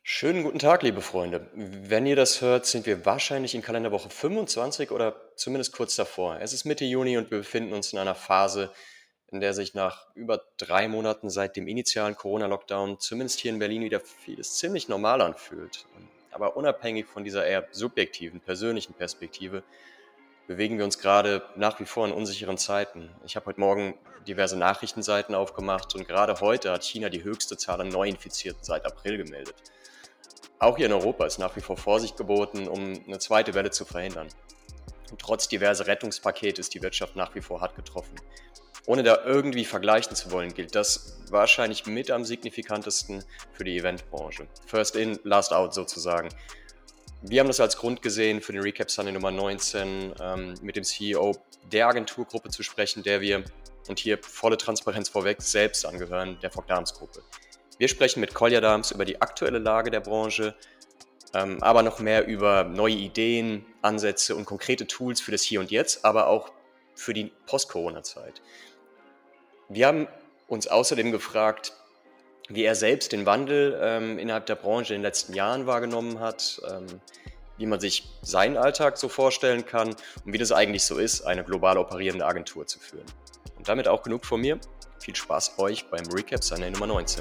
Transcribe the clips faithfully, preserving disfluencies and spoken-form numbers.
Schönen guten Tag, liebe Freunde. Wenn ihr das hört, sind wir wahrscheinlich in Kalenderwoche fünfundzwanzig oder zumindest kurz davor. Es ist Mitte Juni und wir befinden uns in einer Phase, in der sich nach über drei Monaten seit dem initialen Corona-Lockdown zumindest hier in Berlin wieder vieles ziemlich normal anfühlt. Aber unabhängig von dieser eher subjektiven, persönlichen Perspektive bewegen wir uns gerade nach wie vor in unsicheren Zeiten. Ich habe heute Morgen diverse Nachrichtenseiten aufgemacht und gerade heute hat China die höchste Zahl an Neuinfizierten seit April gemeldet. Auch hier in Europa ist nach wie vor Vorsicht geboten, um eine zweite Welle zu verhindern. Und trotz diverser Rettungspakete ist die Wirtschaft nach wie vor hart getroffen. Ohne da irgendwie vergleichen zu wollen, gilt das wahrscheinlich mit am signifikantesten für die Eventbranche. First in, last out sozusagen. Wir haben das als Grund gesehen, für den Recap Sunday Nummer neunzehn ähm, mit dem C E O der Agenturgruppe zu sprechen, der wir, und hier volle Transparenz vorweg, selbst angehören, der Vogt Dahms Gruppe. Wir sprechen mit Kolja Dahms über die aktuelle Lage der Branche, ähm, aber noch mehr über neue Ideen, Ansätze und konkrete Tools für das Hier und Jetzt, aber auch für die Post-Corona-Zeit. Wir haben uns außerdem gefragt, wie er selbst den Wandel ähm, innerhalb der Branche in den letzten Jahren wahrgenommen hat, ähm, wie man sich seinen Alltag so vorstellen kann und wie das eigentlich so ist, eine global operierende Agentur zu führen. Und damit auch genug von mir. Viel Spaß euch beim Recap Sunday Nummer neunzehn.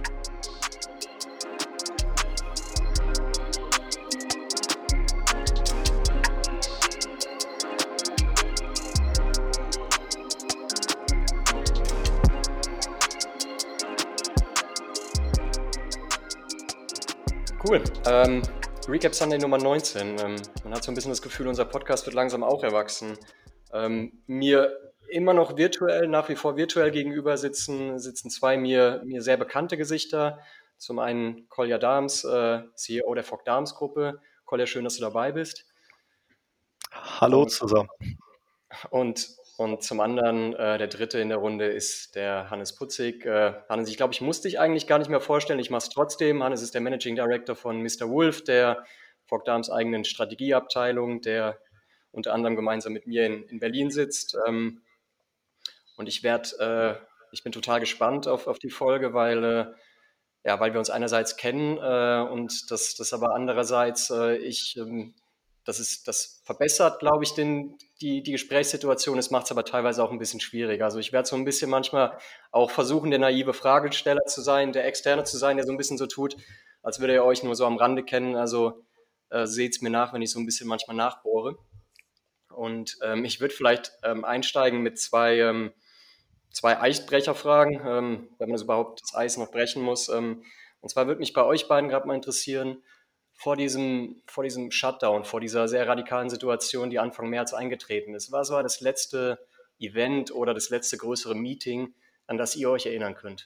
Cool. Ähm, Recap Sunday Nummer neunzehn. Ähm, man hat so ein bisschen das Gefühl, unser Podcast wird langsam auch erwachsen. Ähm, mir immer noch virtuell, nach wie vor virtuell gegenüber sitzen, sitzen zwei mir, mir sehr bekannte Gesichter. Zum einen Kolja Dahms, äh, C E O der Vogt Dahms Gruppe. Kolja, schön, dass du dabei bist. Hallo Und, zusammen. und, und zum anderen, äh, der dritte in der Runde ist der Hannes Putzig. Äh, Hannes, ich glaube, ich muss dich eigentlich gar nicht mehr vorstellen. Ich mache es trotzdem. Hannes ist der Managing Director von Mister Wolf, der Vogt Dahms eigenen Strategieabteilung, der unter anderem gemeinsam mit mir in, in Berlin sitzt. Ähm, und ich werde, äh, ich bin total gespannt auf, auf die Folge, weil, äh, ja, weil wir uns einerseits kennen äh, und das, das aber andererseits äh, ich, ähm, das ist, das verbessert, glaube ich, den, die, die Gesprächssituation. Es macht es aber teilweise auch ein bisschen schwieriger. Also ich werde so ein bisschen manchmal auch versuchen, der naive Fragesteller zu sein, der Externe zu sein, der so ein bisschen so tut, als würde er euch nur so am Rande kennen. Also äh, seht es mir nach, wenn ich so ein bisschen manchmal nachbohre. Und ähm, ich würde vielleicht ähm, einsteigen mit zwei, ähm, zwei Eisbrecherfragen, ähm, wenn man das überhaupt das Eis noch brechen muss. Ähm, und zwar würde mich bei euch beiden gerade mal interessieren, vor diesem, vor diesem Shutdown, vor dieser sehr radikalen Situation, die Anfang März eingetreten ist, was war das letzte Event oder das letzte größere Meeting, an das ihr euch erinnern könnt?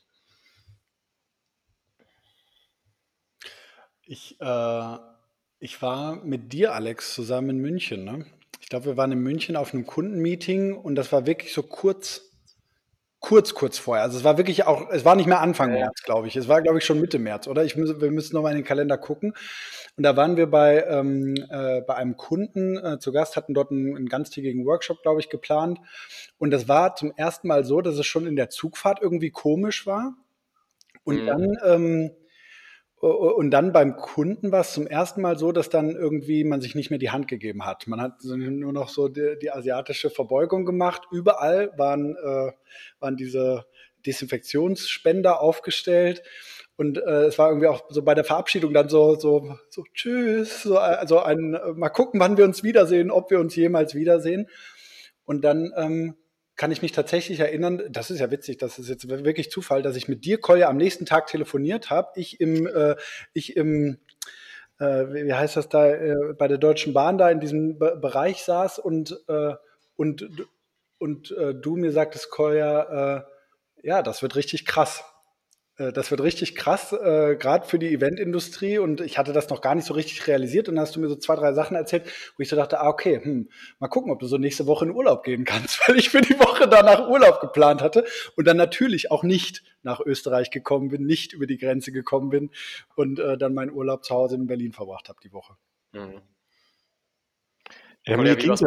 Ich, äh, ich war mit dir, Alex, zusammen in München. Ne? Ich glaube, wir waren in München auf einem Kundenmeeting und das war wirklich so kurz, kurz, kurz vorher. Also es war wirklich auch, es war nicht mehr Anfang Ja, ja. März, glaube ich. Es war, glaube ich, schon Mitte März, oder? Ich muss, wir müssen nochmal in den Kalender gucken. Und da waren wir bei, ähm, äh, bei einem Kunden äh, zu Gast, hatten dort einen, einen ganztägigen Workshop, glaube ich, geplant. Und das war zum ersten Mal so, dass es schon in der Zugfahrt irgendwie komisch war. Und Mhm. dann ähm, Und dann beim Kunden war es zum ersten Mal so, dass dann irgendwie man sich nicht mehr die Hand gegeben hat. Man hat so nur noch so die, die asiatische Verbeugung gemacht. Überall waren, äh, waren diese Desinfektionsspender aufgestellt. Und äh, es war irgendwie auch so bei der Verabschiedung dann so, so, so tschüss, so, also ein, mal gucken, wann wir uns wiedersehen, ob wir uns jemals wiedersehen. Und dann ähm, kann ich mich tatsächlich erinnern, das ist ja witzig, das ist jetzt wirklich Zufall, dass ich mit dir, Kolja, am nächsten Tag telefoniert habe. Ich im, äh, ich im, äh, wie heißt das da, äh, bei der Deutschen Bahn da in diesem Be- Bereich saß und, äh, und, und äh, du mir sagtest, Kolja, äh, ja, das wird richtig krass. Äh, Das wird richtig krass, äh, gerade für die Eventindustrie. Und ich hatte das noch gar nicht so richtig realisiert. Und dann hast du mir so zwei, drei Sachen erzählt, wo ich so dachte, ah, okay, hm, mal gucken, ob du so nächste Woche in Urlaub gehen kannst, weil ich für die Woche danach Urlaub geplant hatte und dann natürlich auch nicht nach Österreich gekommen bin, nicht über die Grenze gekommen bin und äh, dann meinen Urlaub zu Hause in Berlin verbracht habe die Woche. Mhm. Ja, Kolja, mir wie war ging es bei dir? das,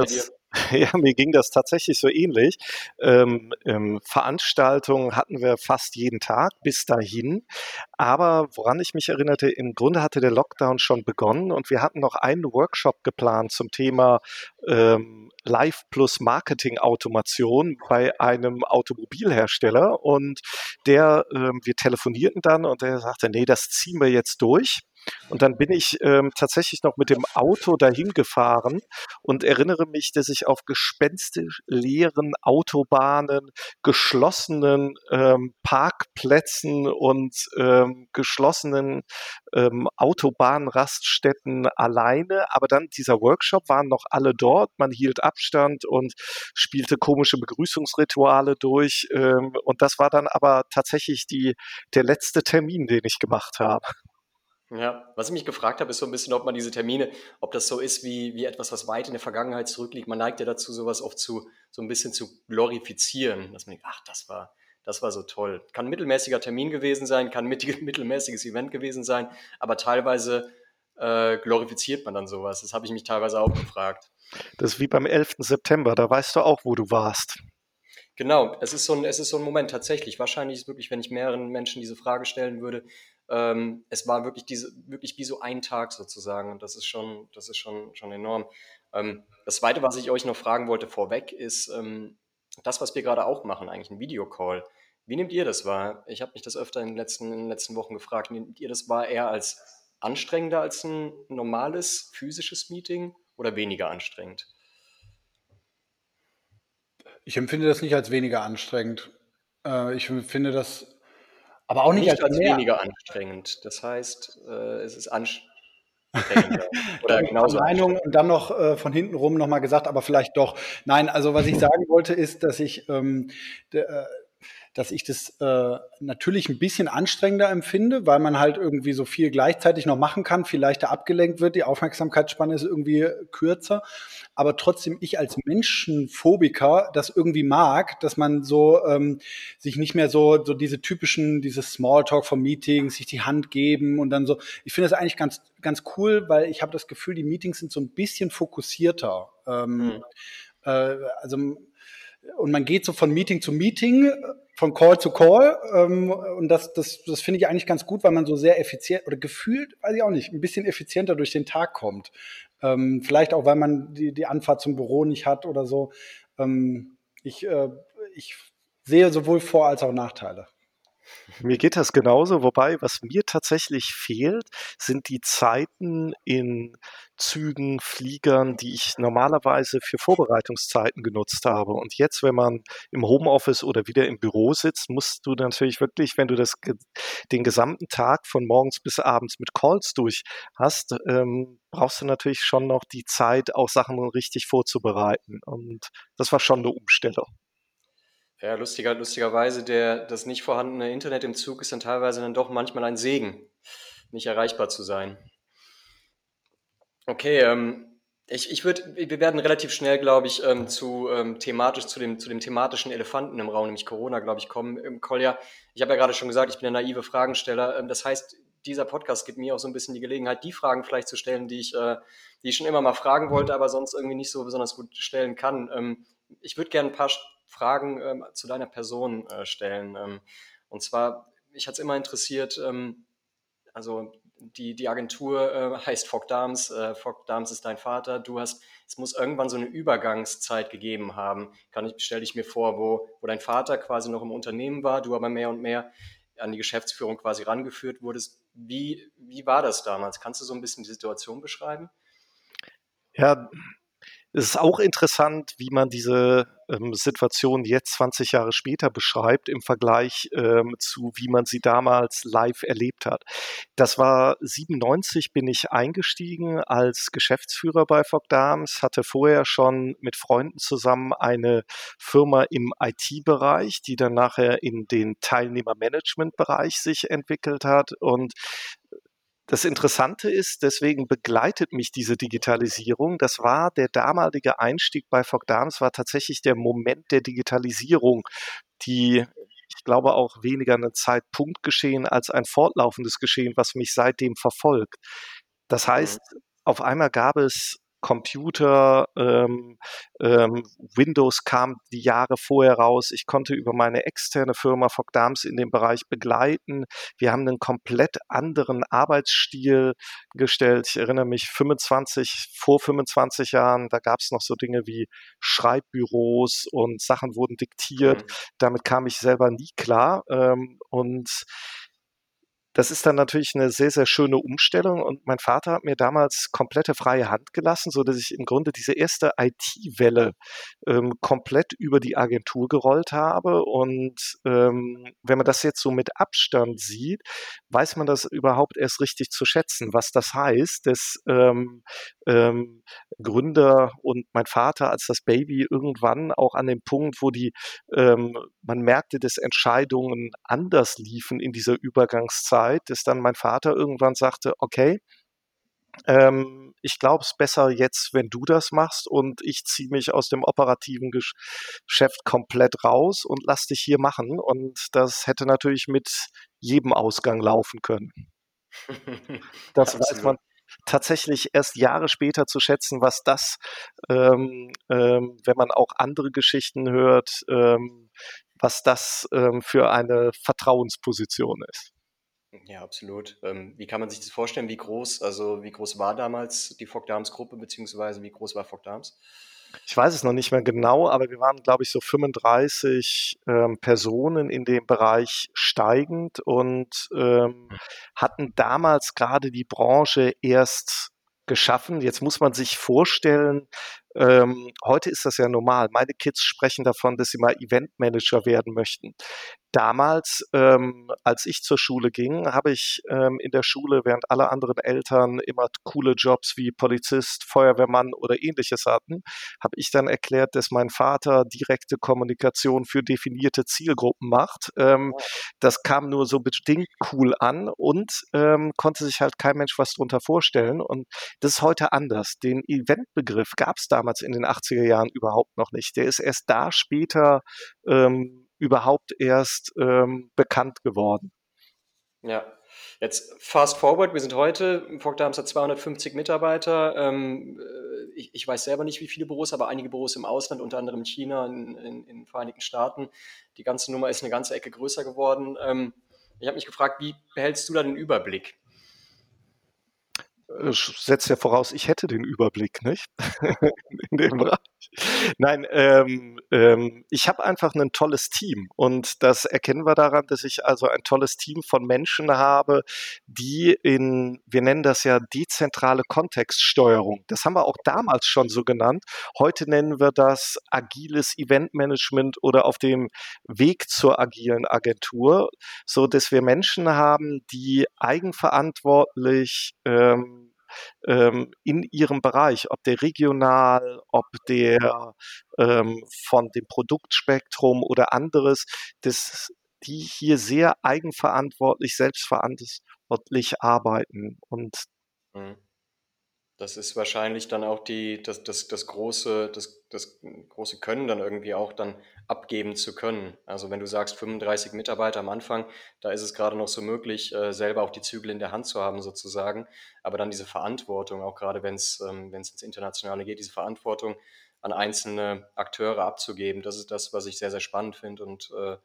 Ja, mir ging das tatsächlich so ähnlich. Ähm, ähm, Veranstaltungen hatten wir fast jeden Tag bis dahin. Aber woran ich mich erinnerte, im Grunde hatte der Lockdown schon begonnen und wir hatten noch einen Workshop geplant zum Thema ähm, Live plus Marketing Automation bei einem Automobilhersteller. Und der, ähm, wir telefonierten dann und der sagte, nee, das ziehen wir jetzt durch. Und dann bin ich ähm, tatsächlich noch mit dem Auto dahin gefahren und erinnere mich, dass ich auf gespenstisch leeren Autobahnen, geschlossenen ähm, Parkplätzen und ähm, geschlossenen ähm, Autobahnraststätten alleine, aber dann dieser Workshop, waren noch alle dort, man hielt Abstand und spielte komische Begrüßungsrituale durch ähm, und das war dann aber tatsächlich die, der letzte Termin, den ich gemacht habe. Ja, was ich mich gefragt habe, ist so ein bisschen, ob man diese Termine, ob das so ist wie, wie etwas, was weit in der Vergangenheit zurückliegt. Man neigt ja dazu, sowas oft zu, so ein bisschen zu glorifizieren, dass man denkt, ach, das war, das war so toll. Kann ein mittelmäßiger Termin gewesen sein, kann ein mittel- mittelmäßiges Event gewesen sein, aber teilweise äh, glorifiziert man dann sowas. Das habe ich mich teilweise auch gefragt. Das ist wie beim elften September, da weißt du auch, wo du warst. Genau, es ist so ein, es ist so ein Moment tatsächlich. Wahrscheinlich ist wirklich, wenn ich mehreren Menschen diese Frage stellen würde, ähm, es war wirklich diese, wirklich wie so ein Tag sozusagen. Und das ist schon, das ist schon, schon enorm. Ähm, das Zweite, was ich euch noch fragen wollte vorweg, ist ähm, das, was wir gerade auch machen, eigentlich ein Videocall. Wie nehmt ihr das wahr? Ich habe mich das öfter in den letzten, in den letzten Wochen gefragt. Nehmt ihr das wahr eher als anstrengender als ein normales physisches Meeting oder weniger anstrengend? Ich empfinde das nicht als weniger anstrengend. Äh, ich finde das aber auch nicht als Nicht als mehr. weniger anstrengend. Das heißt, äh, es ist anstrengender Da oder bin ich genauso der Meinung anstrengend. und dann noch äh, von hinten rum noch mal gesagt, aber vielleicht doch. Nein, also was ich sagen wollte, ist, dass ich ähm, d- äh, dass ich das äh, natürlich ein bisschen anstrengender empfinde, weil man halt irgendwie so viel gleichzeitig noch machen kann, viel leichter abgelenkt wird, die Aufmerksamkeitsspanne ist irgendwie kürzer, aber trotzdem ich als Menschenphobiker das irgendwie mag, dass man so ähm, sich nicht mehr so so diese typischen, dieses Smalltalk vom Meeting, sich die Hand geben und dann so. Ich finde das eigentlich ganz ganz cool, weil ich habe das Gefühl, die Meetings sind so ein bisschen fokussierter. Ähm, Mhm. äh, also und man geht so von Meeting zu Meeting, von Call zu Call. Ähm, und das, das, das finde ich eigentlich ganz gut, weil man so sehr effizient oder gefühlt, weiß ich auch nicht, ein bisschen effizienter durch den Tag kommt. Ähm, vielleicht auch, weil man die, die Anfahrt zum Büro nicht hat oder so. Ähm, ich, äh, ich sehe sowohl Vor- als auch Nachteile. Mir geht das genauso, wobei, was mir tatsächlich fehlt, sind die Zeiten in Zügen, Fliegern, die ich normalerweise für Vorbereitungszeiten genutzt habe. Und jetzt, wenn man im Homeoffice oder wieder im Büro sitzt, musst du natürlich wirklich, wenn du das, ge- den gesamten Tag von morgens bis abends mit Calls durch hast, ähm, brauchst du natürlich schon noch die Zeit, auch Sachen richtig vorzubereiten. Und das war schon eine Umstellung. Ja, lustiger, lustigerweise, der, das nicht vorhandene Internet im Zug ist dann teilweise dann doch manchmal ein Segen, nicht erreichbar zu sein. Okay, ähm, ich, ich würde, wir werden relativ schnell, glaube ich, ähm, zu ähm, thematisch, zu dem, zu dem thematischen Elefanten im Raum, nämlich Corona, glaube ich, kommen. Ähm, Kolja, ich habe ja gerade schon gesagt, ich bin der naive Fragensteller. Ähm, das heißt, dieser Podcast gibt mir auch so ein bisschen die Gelegenheit, die Fragen vielleicht zu stellen, die ich, äh, die ich schon immer mal fragen wollte, aber sonst irgendwie nicht so besonders gut stellen kann. Ähm, ich würde gerne ein paar Fragen ähm, zu deiner Person äh, stellen. Ähm, und zwar, mich hat es immer interessiert, ähm, also die, die Agentur äh, heißt Fogg Dams, äh, Fogg Dams ist dein Vater. Du hast, es muss irgendwann so eine Übergangszeit gegeben haben, kann ich, stelle ich mir vor, wo, wo dein Vater quasi noch im Unternehmen war, du aber mehr und mehr an die Geschäftsführung quasi rangeführt wurdest. Wie, wie war das damals? Kannst du so ein bisschen die Situation beschreiben? Ja, es ist auch interessant, wie man diese ähm, Situation jetzt zwanzig Jahre später beschreibt im Vergleich ähm, zu, wie man sie damals live erlebt hat. Das war siebenundneunzig, bin ich eingestiegen als Geschäftsführer bei Fogg Dams, hatte vorher schon mit Freunden zusammen eine Firma im I T-Bereich, die dann nachher in den Teilnehmermanagement-Bereich sich entwickelt hat. Und das Interessante ist, deswegen begleitet mich diese Digitalisierung. Das war der damalige Einstieg bei Fogg Dams, war tatsächlich der Moment der Digitalisierung, die, ich glaube, auch weniger ein Zeitpunktgeschehen als ein fortlaufendes Geschehen, was mich seitdem verfolgt. Das heißt, Mhm. auf einmal gab es Computer, ähm, ähm, Windows kam die Jahre vorher raus. Ich konnte über meine externe Firma Fogg Dams in dem Bereich begleiten. Wir haben einen komplett anderen Arbeitsstil gestellt. Ich erinnere mich fünfundzwanzig, vor fünfundzwanzig Jahren, da gab es noch so Dinge wie Schreibbüros und Sachen wurden diktiert. Mhm. Damit kam ich selber nie klar. Ähm, und das ist dann natürlich eine sehr, sehr schöne Umstellung und mein Vater hat mir damals komplette freie Hand gelassen, so dass ich im Grunde diese erste I T-Welle ähm, komplett über die Agentur gerollt habe und ähm, wenn man das jetzt so mit Abstand sieht, weiß man das überhaupt erst richtig zu schätzen, was das heißt, dass ähm, ähm, Gründer und mein Vater als das Baby irgendwann auch an dem Punkt, wo die ähm, man merkte, dass Entscheidungen anders liefen in dieser Übergangszeit, dass dann mein Vater irgendwann sagte, okay, ähm, ich glaube es besser jetzt, wenn du das machst und ich ziehe mich aus dem operativen Geschäft komplett raus und lass dich hier machen. Und das hätte natürlich mit jedem Ausgang laufen können. Das weiß man Absolut. tatsächlich erst Jahre später zu schätzen, was das, ähm, ähm, wenn man auch andere Geschichten hört, ähm, was das ähm, für eine Vertrauensposition ist. Ja, absolut. Ähm, wie kann man sich das vorstellen? Wie groß, also wie groß war damals die Fogg Dams Gruppe, beziehungsweise wie groß war Fogg Dams? Ich weiß es noch nicht mehr genau, aber wir waren, glaube ich, so fünfunddreißig ähm, Personen in dem Bereich steigend und ähm, hatten damals gerade die Branche erst geschaffen. Jetzt muss man sich vorstellen, ähm, heute ist das ja normal. Meine Kids sprechen davon, dass sie mal Eventmanager werden möchten. Damals, ähm, als ich zur Schule ging, habe ich ähm, in der Schule, während alle anderen Eltern immer coole Jobs wie Polizist, Feuerwehrmann oder ähnliches hatten, habe ich dann erklärt, dass mein Vater direkte Kommunikation für definierte Zielgruppen macht. Ähm, das kam nur so bedingt cool an und ähm, konnte sich halt kein Mensch was drunter vorstellen. Und das ist heute anders. Den Eventbegriff gab es damals in den achtziger Jahren überhaupt noch nicht. Der ist erst da später ähm, überhaupt erst ähm, bekannt geworden. Ja, jetzt fast forward, wir sind heute, Fogg Dams hat zweihundertfünfzig Mitarbeiter. Ähm, äh, ich, ich weiß selber nicht, wie viele Büros, aber einige Büros im Ausland, unter anderem in China, in, in, in den Vereinigten Staaten. Die ganze Nummer ist eine ganze Ecke größer geworden. Ähm, ich habe mich gefragt, wie behältst du da den Überblick? Äh, setzt ja voraus, ich hätte den Überblick, nicht? In dem Bereich. Nein, ähm, ähm, ich habe einfach ein tolles Team und das erkennen wir daran, dass ich also ein tolles Team von Menschen habe, die in, wir nennen das ja dezentrale Kontextsteuerung. Das haben wir auch damals schon so genannt. Heute nennen wir das agiles Eventmanagement oder auf dem Weg zur agilen Agentur, so dass wir Menschen haben, die eigenverantwortlich ähm, ähm, in ihrem Bereich, ob der regional, ob der ähm, von dem Produktspektrum oder anderes, das, die hier sehr eigenverantwortlich, selbstverantwortlich arbeiten. Und Mhm. Das ist wahrscheinlich dann auch die, das, das, das große, das, das große Können dann irgendwie auch dann abgeben zu können. Also wenn du sagst fünfunddreißig Mitarbeiter am Anfang, da ist es gerade noch so möglich, äh, selber auch die Zügel in der Hand zu haben sozusagen. Aber dann diese Verantwortung, auch gerade wenn es, ähm, wenn es ins Internationale geht, diese Verantwortung an einzelne Akteure abzugeben, das ist das, was ich sehr, sehr spannend finde und äh,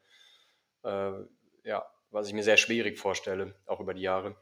äh, ja, was ich mir sehr schwierig vorstelle, auch über die Jahre.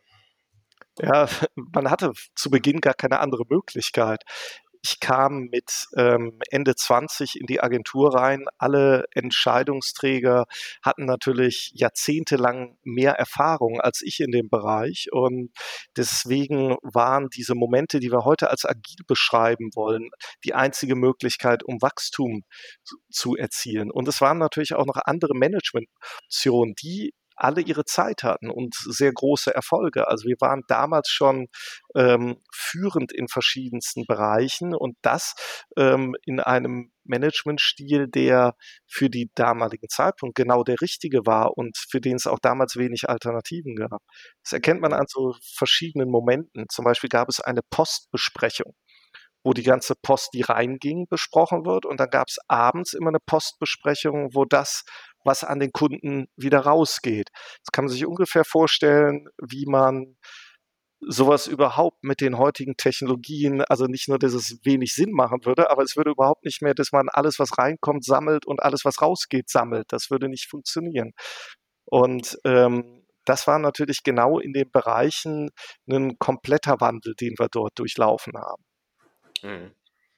ja, man hatte zu Beginn gar keine andere Möglichkeit. Ich kam mit ähm, Ende zwanzig in die Agentur rein. Alle Entscheidungsträger hatten natürlich jahrzehntelang mehr Erfahrung als ich in dem Bereich. Und deswegen waren diese Momente, die wir heute als agil beschreiben wollen, die einzige Möglichkeit, um Wachstum zu, zu erzielen. Und es waren natürlich auch noch andere Managementoptionen, die alle ihre Zeit hatten und sehr große Erfolge. Also wir waren damals schon ähm, führend in verschiedensten Bereichen und das ähm, in einem Managementstil, der für die damaligen Zeitpunkt genau der richtige war und für den es auch damals wenig Alternativen gab. Das erkennt man an so verschiedenen Momenten. Zum Beispiel gab es eine Postbesprechung, wo die ganze Post, die reinging, besprochen wird. Und dann gab es abends immer eine Postbesprechung, wo das, was an den Kunden wieder rausgeht. Das kann man sich ungefähr vorstellen, wie man sowas überhaupt mit den heutigen Technologien, also nicht nur, dass es wenig Sinn machen würde, aber es würde überhaupt nicht mehr, dass man alles, was reinkommt, sammelt und alles, was rausgeht, sammelt. Das würde nicht funktionieren. Und ähm, das war natürlich genau in den Bereichen ein kompletter Wandel, den wir dort durchlaufen haben. Mhm.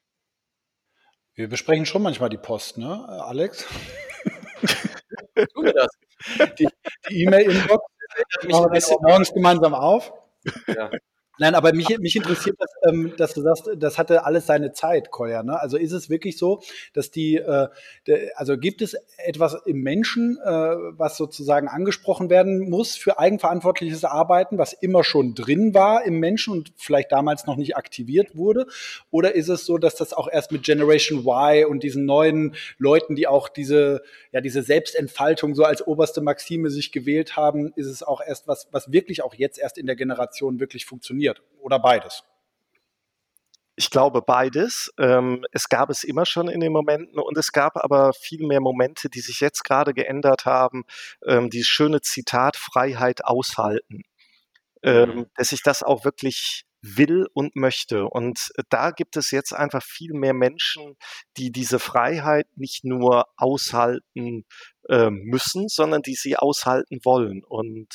Wir besprechen schon manchmal die Post, ne, Alex? Tun wir das? Die die E-Mail-Inbox Erinnert mich machen ein wir dann bisschen. auch morgens gemeinsam auf. Ja. Nein, aber mich, mich interessiert das, ähm, dass du sagst, das hatte alles seine Zeit, Kolja. Ne? Also ist es wirklich so, dass die, äh, der, also gibt es etwas im Menschen, äh, was sozusagen angesprochen werden muss für eigenverantwortliches Arbeiten, was immer schon drin war im Menschen und vielleicht damals noch nicht aktiviert wurde? Oder ist es so, dass das auch erst mit Generation Y und diesen neuen Leuten, die auch diese, ja, diese Selbstentfaltung so als oberste Maxime sich gewählt haben, ist es auch erst was, was wirklich auch jetzt erst in der Generation wirklich funktioniert? Oder beides? Ich glaube beides. Ähm, es gab es immer schon in den Momenten und es gab aber viel mehr Momente, die sich jetzt gerade geändert haben. Ähm, dieses schöne Zitat Freiheit aushalten. Ähm, Mhm. dass ich das auch wirklich will und möchte. Und da gibt es jetzt einfach viel mehr Menschen, die diese Freiheit nicht nur aushalten äh, müssen, sondern die sie aushalten wollen. Und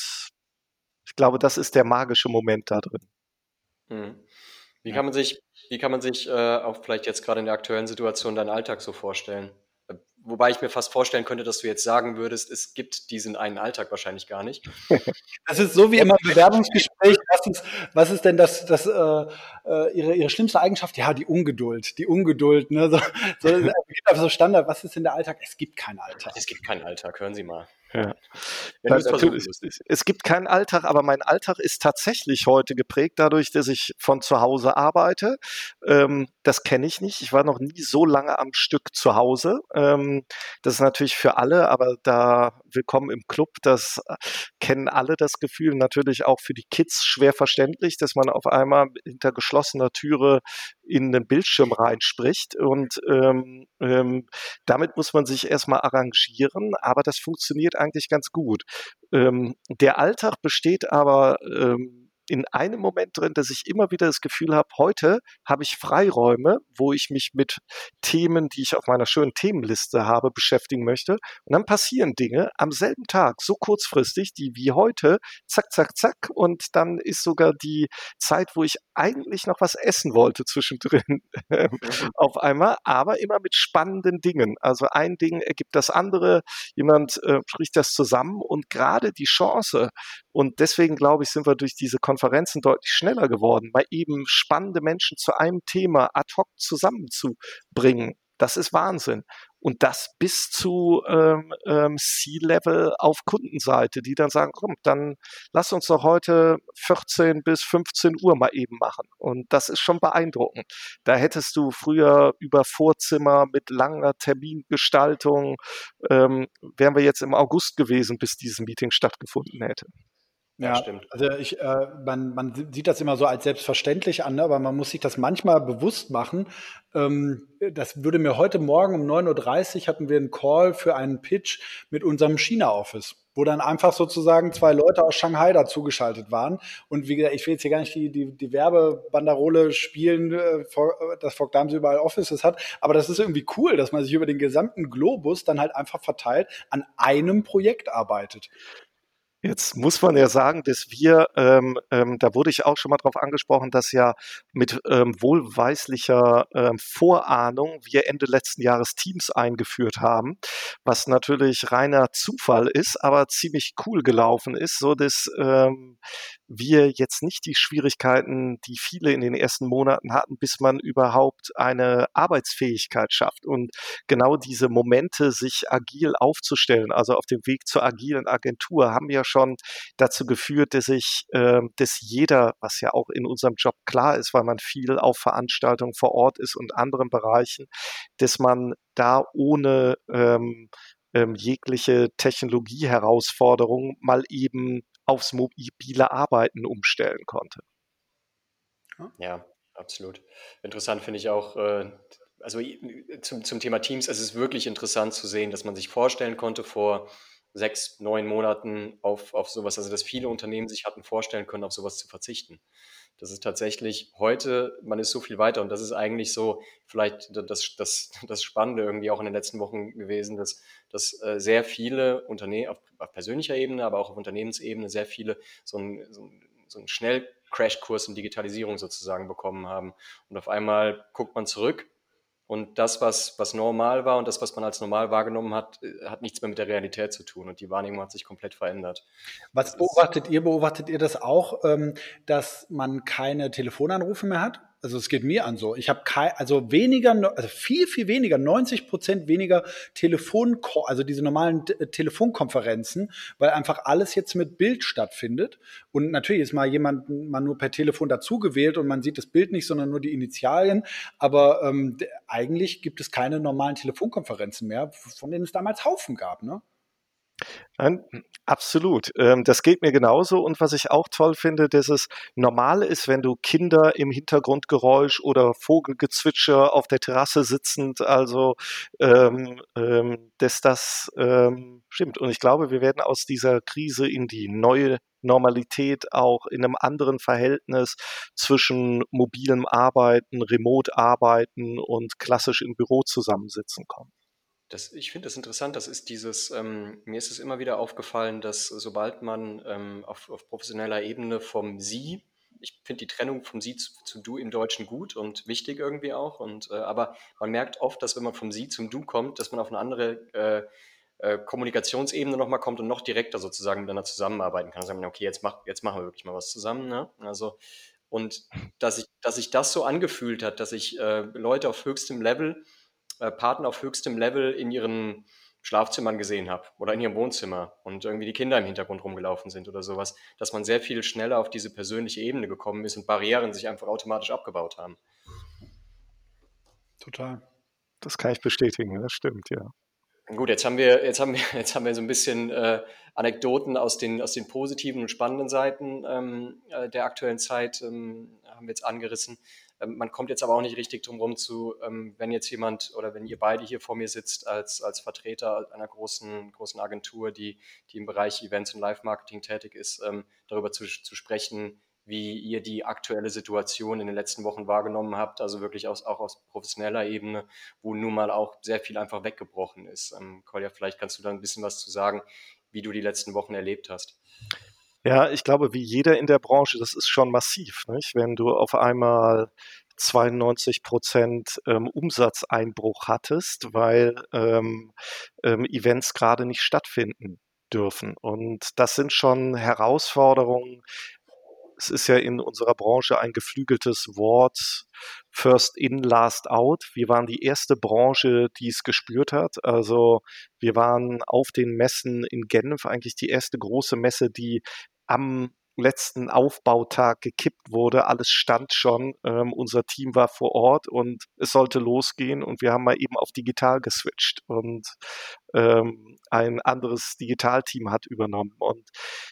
ich glaube, das ist der magische Moment da drin. Mhm. Wie Ja. kann man sich, wie kann man sich äh, auch vielleicht jetzt gerade in der aktuellen Situation deinen Alltag so vorstellen? Äh, Wobei ich mir fast vorstellen könnte, dass du jetzt sagen würdest, es gibt diesen einen Alltag wahrscheinlich gar nicht. Das ist so wie immer im Bewerbungsgespräch. Was ist, was ist denn das, das äh, äh, ihre, ihre schlimmste Eigenschaft? Ja, die Ungeduld. Die Ungeduld. Ne? So, so, es gibt einfach so Standard. Was ist denn der Alltag? Es gibt keinen Alltag. Es gibt keinen Alltag, hören Sie mal. Ja. Wenn du Na, es versuchen natürlich, musst. es es gibt keinen Alltag, aber mein Alltag ist tatsächlich heute geprägt dadurch, dass ich von zu Hause arbeite. Ähm, das kenne ich nicht. Ich war noch nie so lange am Stück zu Hause. Ähm, das ist natürlich für alle, aber da willkommen im Club, das äh, kennen alle das Gefühl. Natürlich auch für die Kids schwer verständlich, dass man auf einmal hinter geschlossener Türe in den Bildschirm reinspricht und ähm, ähm, damit muss man sich erstmal arrangieren, aber das funktioniert eigentlich ganz gut. Ähm, der Alltag besteht aber ähm, in einem Moment drin, dass ich immer wieder das Gefühl habe, heute habe ich Freiräume, wo ich mich mit Themen, die ich auf meiner schönen Themenliste habe, beschäftigen möchte. Und dann passieren Dinge am selben Tag, so kurzfristig, die wie heute, zack, zack, zack. Und dann ist sogar die Zeit, wo ich eigentlich noch was essen wollte zwischendrin, Mhm. auf einmal, aber immer mit spannenden Dingen. Also ein Ding ergibt das andere, jemand äh, spricht das zusammen und gerade die Chance, und deswegen glaube ich, sind wir durch diese Konferenzen deutlich schneller geworden, mal eben spannende Menschen zu einem Thema ad hoc zusammenzubringen. Das ist Wahnsinn. Und das bis zu ähm, ähm, C-Level auf Kundenseite, die dann sagen, komm, dann lass uns doch heute vierzehn bis fünfzehn Uhr mal eben machen. Und das ist schon beeindruckend. Da hättest du früher über Vorzimmer mit langer Termingestaltung, ähm, wären wir jetzt im August gewesen, bis dieses Meeting stattgefunden hätte. Ja, Ja, stimmt. also ich, äh, man, man sieht das immer so als selbstverständlich an, ne? Aber man muss sich das manchmal bewusst machen. Ähm, das würde mir heute Morgen um neun Uhr dreißig hatten wir einen Call für einen Pitch mit unserem China-Office, wo dann einfach sozusagen zwei Leute aus Shanghai dazugeschaltet waren. Und wie gesagt, ich will jetzt hier gar nicht die, die, die Werbebanderole spielen, äh, vor- dass Fog Dimes überall Offices hat, aber das ist irgendwie cool, dass man sich über den gesamten Globus dann halt einfach verteilt an einem Projekt arbeitet. Jetzt muss man ja sagen, dass wir, ähm, ähm, da wurde ich auch schon mal drauf angesprochen, dass ja mit ähm, wohlweislicher ähm, Vorahnung wir Ende letzten Jahres Teams eingeführt haben, was natürlich reiner Zufall ist, aber ziemlich cool gelaufen ist, so dass ähm, wir jetzt nicht die Schwierigkeiten, die viele in den ersten Monaten hatten, bis man überhaupt eine Arbeitsfähigkeit schafft. Und genau diese Momente, sich agil aufzustellen, also auf dem Weg zur agilen Agentur, haben ja schon dazu geführt, dass ich, äh, dass jeder, was ja auch in unserem Job klar ist, weil man viel auf Veranstaltungen vor Ort ist und anderen Bereichen, dass man da ohne ähm, ähm, jegliche Technologieherausforderung mal eben aufs mobile Arbeiten umstellen konnte. Ja, absolut. Interessant finde ich auch, äh, also i- zum, zum Thema Teams, es ist wirklich interessant zu sehen, dass man sich vorstellen konnte vor sechs, neun Monaten auf, auf sowas, also dass viele Unternehmen sich hatten vorstellen können, auf sowas zu verzichten. Das ist tatsächlich heute, man ist so viel weiter und das ist eigentlich so vielleicht das, das, das Spannende irgendwie auch in den letzten Wochen gewesen, dass, dass äh, sehr viele Unternehmen auf, auf persönlicher Ebene, aber auch auf Unternehmensebene sehr viele so einen, so einen, so einen Schnell-Crashkurs in Digitalisierung sozusagen bekommen haben. Und auf einmal guckt man zurück und das, was, was normal war und das, was man als normal wahrgenommen hat, äh, hat nichts mehr mit der Realität zu tun und die Wahrnehmung hat sich komplett verändert. Was Das ist beobachtet ihr? Beobachtet ihr das auch, ähm, dass man keine Telefonanrufe mehr hat? Also es geht mir an so. Ich habe kein, also weniger, also viel, viel weniger, neunzig Prozent weniger Telefon, also diese normalen T- Telefonkonferenzen, weil einfach alles jetzt mit Bild stattfindet. Und natürlich ist mal jemand mal nur per Telefon dazugewählt und man sieht das Bild nicht, sondern nur die Initialien. Aber ähm, d- eigentlich gibt es keine normalen Telefonkonferenzen mehr, von denen es damals Haufen gab, ne? Nein, absolut. Ähm, das geht mir genauso. Und was ich auch toll finde, dass es normal ist, wenn du Kinder im Hintergrundgeräusch oder Vogelgezwitscher auf der Terrasse sitzend, also ähm, ähm, dass das ähm, stimmt. Und ich glaube, wir werden aus dieser Krise in die neue Normalität auch in einem anderen Verhältnis zwischen mobilem Arbeiten, Remote-Arbeiten und klassisch im Büro zusammensitzen kommen. Das, ich finde das interessant, das ist dieses, ähm, mir ist es immer wieder aufgefallen, dass sobald man ähm, auf, auf professioneller Ebene vom Sie, ich finde die Trennung vom Sie zu, zu Du im Deutschen gut und wichtig irgendwie auch, und, äh, aber man merkt oft, dass wenn man vom Sie zum Du kommt, dass man auf eine andere äh, äh, Kommunikationsebene nochmal kommt und noch direkter sozusagen miteinander zusammenarbeiten kann. Sagen, okay, jetzt, mach, jetzt machen wir wirklich mal was zusammen. Ne? Also, und dass, ich, dass sich das so angefühlt hat, dass ich äh, Leute auf höchstem Level äh, Partner auf höchstem Level in ihren Schlafzimmern gesehen habe oder in ihrem Wohnzimmer und irgendwie die Kinder im Hintergrund rumgelaufen sind oder sowas, dass man sehr viel schneller auf diese persönliche Ebene gekommen ist und Barrieren sich einfach automatisch abgebaut haben. Total. Das kann ich bestätigen, das stimmt, ja. Gut, jetzt haben wir, jetzt haben wir, jetzt haben wir so ein bisschen äh, Anekdoten aus den, aus den positiven und spannenden Seiten ähm, äh, der aktuellen Zeit ähm, haben wir jetzt angerissen. Ähm, man kommt jetzt aber auch nicht richtig drum rum zu, ähm, wenn jetzt jemand oder wenn ihr beide hier vor mir sitzt als, als Vertreter einer großen, großen Agentur, die, die im Bereich Events und Live-Marketing tätig ist, ähm, darüber zu, zu sprechen, wie ihr die aktuelle Situation in den letzten Wochen wahrgenommen habt, also wirklich aus, auch aus professioneller Ebene, wo nun mal auch sehr viel einfach weggebrochen ist. Ähm, Kolja, vielleicht kannst du da ein bisschen was zu sagen, wie du die letzten Wochen erlebt hast. Ja, ich glaube, wie jeder in der Branche, das ist schon massiv, nicht? Wenn du auf einmal zweiundneunzig Prozent ähm, Umsatzeinbruch hattest, weil ähm, ähm, Events gerade nicht stattfinden dürfen. Und das sind schon Herausforderungen. Es ist ja in unserer Branche ein geflügeltes Wort, First in, Last out. Wir waren die erste Branche, die es gespürt hat. Also wir waren auf den Messen in Genf eigentlich die erste große Messe, die am letzten Aufbautag gekippt wurde. Alles stand schon. Ähm, unser Team war vor Ort und es sollte losgehen und wir haben mal eben auf digital geswitcht und ähm, ein anderes Digitalteam hat übernommen und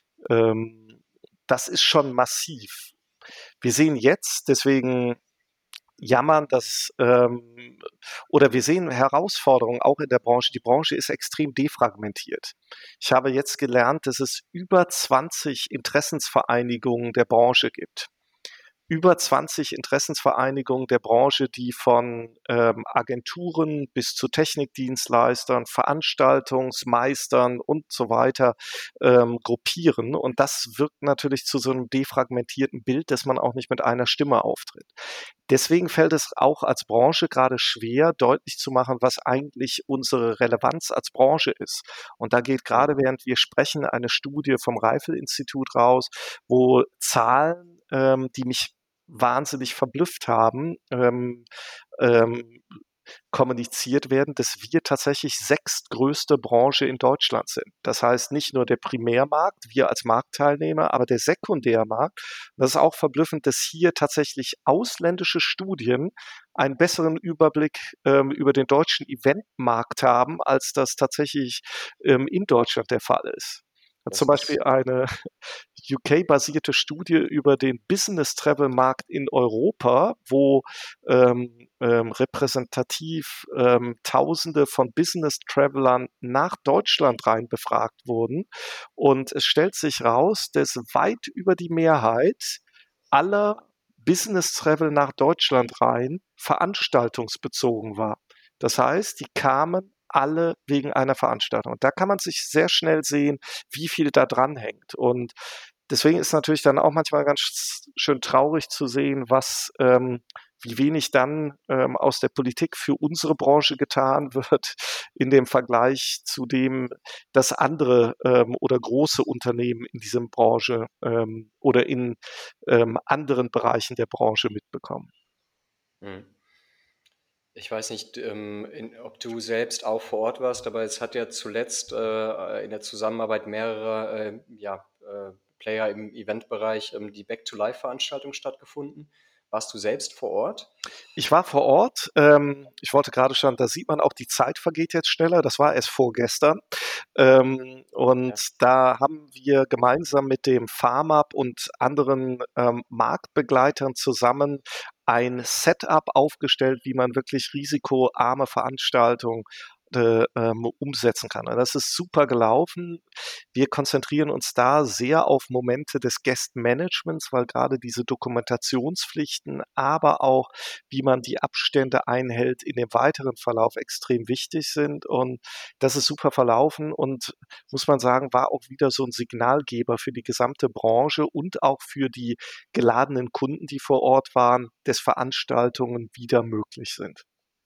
ähm, das ist schon massiv. Wir sehen jetzt, deswegen jammern, dass ähm, oder wir sehen Herausforderungen auch in der Branche. Die Branche ist extrem defragmentiert. Ich habe jetzt gelernt, dass es über zwanzig Interessensvereinigungen der Branche gibt. Über zwanzig Interessensvereinigungen der Branche, die von ähm, Agenturen bis zu Technikdienstleistern, Veranstaltungsmeistern und so weiter ähm, gruppieren. Und das wirkt natürlich zu so einem defragmentierten Bild, dass man auch nicht mit einer Stimme auftritt. Deswegen fällt es auch als Branche gerade schwer, deutlich zu machen, was eigentlich unsere Relevanz als Branche ist. Und da geht gerade, während wir sprechen, eine Studie vom Reifel-Institut raus, wo Zahlen, ähm, die mich wahnsinnig verblüfft haben, ähm, ähm, kommuniziert werden, dass wir tatsächlich sechstgrößte Branche in Deutschland sind. Das heißt nicht nur der Primärmarkt, wir als Marktteilnehmer, aber der Sekundärmarkt. Das ist auch verblüffend, dass hier tatsächlich ausländische Studien einen besseren Überblick ähm, über den deutschen Eventmarkt haben, als das tatsächlich ähm, in Deutschland der Fall ist. Das Zum Beispiel ist eine U K-basierte Studie über den Business-Travel-Markt in Europa, wo ähm, ähm, repräsentativ ähm, Tausende von Business-Travelern nach Deutschland rein befragt wurden. Und es stellt sich raus, dass weit über die Mehrheit aller Business-Travel nach Deutschland rein veranstaltungsbezogen war. Das heißt, die kamen alle wegen einer Veranstaltung. Und da kann man sich sehr schnell sehen, wie viel da dran hängt. Und deswegen ist natürlich dann auch manchmal ganz schön traurig zu sehen, was, ähm, wie wenig dann ähm, aus der Politik für unsere Branche getan wird in dem Vergleich zu dem, dass andere ähm, oder große Unternehmen in dieser Branche ähm, oder in ähm, anderen Bereichen der Branche mitbekommen. Mhm. Ich weiß nicht, ähm, in, ob du selbst auch vor Ort warst, aber es hat ja zuletzt äh, in der Zusammenarbeit mehrerer äh, ja, äh, Player im Eventbereich ähm, die Back-to-Life-Veranstaltung stattgefunden. Warst du selbst vor Ort? Ich war vor Ort. Ähm, ich wollte gerade schon, da sieht man auch, die Zeit vergeht jetzt schneller. Das war erst vorgestern. Ähm, und Ja. da haben wir gemeinsam mit dem FarmUp und anderen ähm, Marktbegleitern zusammen ein Setup aufgestellt, wie man wirklich risikoarme Veranstaltungen äh, ähm, umsetzen kann. Und das ist super gelaufen. Wir konzentrieren uns da sehr auf Momente des Guest-Managements, weil gerade diese Dokumentationspflichten, aber auch wie man die Abstände einhält in dem weiteren Verlauf extrem wichtig sind. Und das ist super verlaufen und muss man sagen, war auch wieder so ein Signalgeber für die gesamte Branche und auch für die geladenen Kunden, die vor Ort waren, dass Veranstaltungen wieder möglich sind.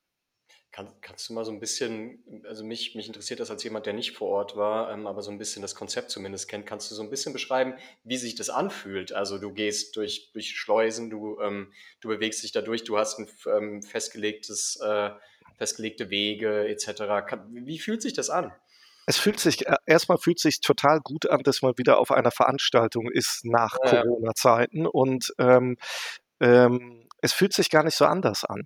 Kann, kannst du mal so ein bisschen, also mich, mich interessiert das als jemand, der nicht vor Ort war, ähm, aber so ein bisschen das Konzept zumindest kennt. Kannst du so ein bisschen beschreiben, wie sich das anfühlt? Also du gehst durch, durch Schleusen, du, ähm, du bewegst dich da durch, du hast ein ähm, festgelegtes, äh, festgelegte Wege et cetera. Kann, wie fühlt sich das an? Es fühlt sich, äh, erstmal fühlt sich total gut an, dass man wieder auf einer Veranstaltung ist nach Ja, Corona-Zeiten und ähm, ähm, es fühlt sich gar nicht so anders an.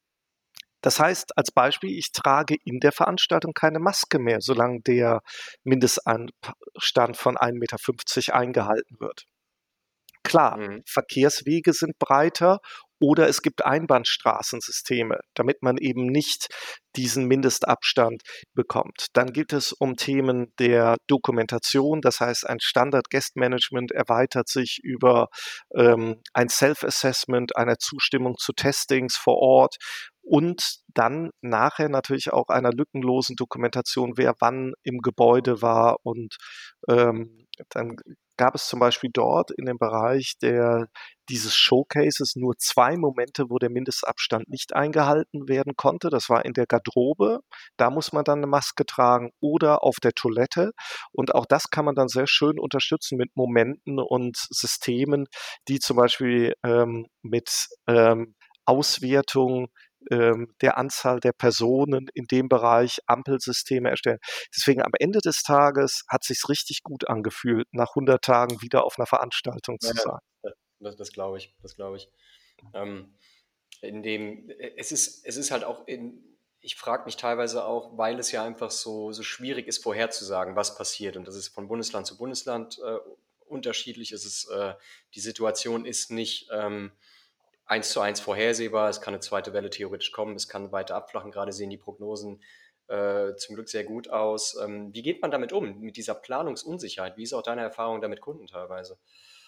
Das heißt, als Beispiel, ich trage in der Veranstaltung keine Maske mehr, solange der Mindestanstand von ein Meter fünfzig eingehalten wird. Klar, mhm. Verkehrswege sind breiter oder es gibt Einbahnstraßensysteme, damit man eben nicht diesen Mindestabstand bekommt. Dann geht es um Themen der Dokumentation, das heißt, ein Standard-Guest-Management erweitert sich über ähm, ein Self-Assessment, einer Zustimmung zu Testings vor Ort und dann nachher natürlich auch einer lückenlosen Dokumentation, wer wann im Gebäude war und ähm, dann gab es zum Beispiel dort in dem Bereich der, dieses Showcases nur zwei Momente, wo der Mindestabstand nicht eingehalten werden konnte. Das war in der Garderobe, da muss man dann eine Maske tragen oder auf der Toilette. Und auch das kann man dann sehr schön unterstützen mit Momenten und Systemen, die zum Beispiel ähm, mit ähm, Auswertung ähm, der Anzahl der Personen in dem Bereich Ampelsysteme erstellen. Deswegen am Ende des Tages hat sich's richtig gut angefühlt, nach hundert Tagen wieder auf einer Veranstaltung Ja, zu sein. ja, das, das glaube ich, das glaube ich. Ähm, in dem, es ist, es ist halt auch in, ich frage mich teilweise auch, weil es ja einfach so, so schwierig ist, vorherzusagen, was passiert. Und das ist von Bundesland zu Bundesland äh, unterschiedlich. Es ist, äh, die Situation ist nicht ähm, eins zu eins vorhersehbar. Es kann eine zweite Welle theoretisch kommen, es kann weiter abflachen. Gerade sehen die Prognosen äh, zum Glück sehr gut aus. Ähm, wie geht man damit um, mit dieser Planungsunsicherheit? Wie ist auch deine Erfahrung da mit Kunden teilweise?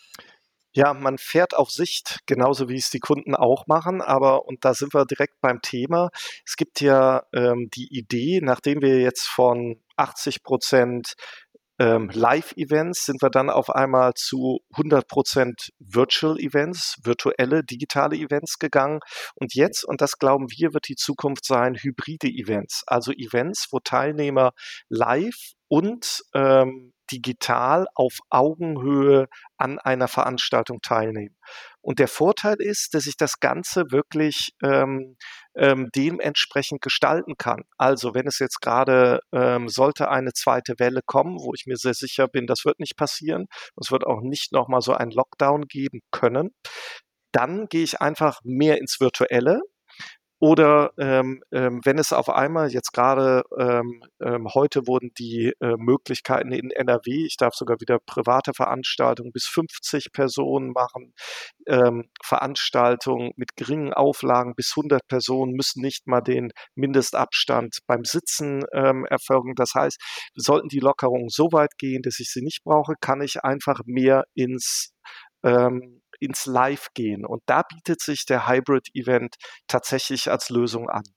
Ja, man fährt auf Sicht, genauso wie es die Kunden auch machen, aber und da sind wir direkt beim Thema. Es gibt ja ähm, die Idee, nachdem wir jetzt von achtzig Prozent ähm, Live-Events sind wir dann auf einmal zu hundert Prozent Virtual Events, virtuelle, digitale Events gegangen. Und jetzt, und das glauben wir, wird die Zukunft sein, hybride Events. Also Events, wo Teilnehmer live und ähm, digital auf Augenhöhe an einer Veranstaltung teilnehmen. Und der Vorteil ist, dass ich das Ganze wirklich ähm, ähm, dementsprechend gestalten kann. Also wenn es jetzt gerade ähm, sollte eine zweite Welle kommen, wo ich mir sehr sicher bin, das wird nicht passieren, es wird auch nicht nochmal so einen Lockdown geben können, dann gehe ich einfach mehr ins Virtuelle. Oder ähm, ähm, wenn es auf einmal jetzt gerade ähm, ähm, heute wurden die äh, Möglichkeiten in N R W, ich darf sogar wieder private Veranstaltungen bis fünfzig Personen machen, ähm, Veranstaltungen mit geringen Auflagen bis hundert Personen müssen nicht mal den Mindestabstand beim Sitzen ähm, erfolgen. Das heißt, sollten die Lockerungen so weit gehen, dass ich sie nicht brauche, kann ich einfach mehr ins ähm, ins Live gehen. Und da bietet sich der Hybrid-Event tatsächlich als Lösung an.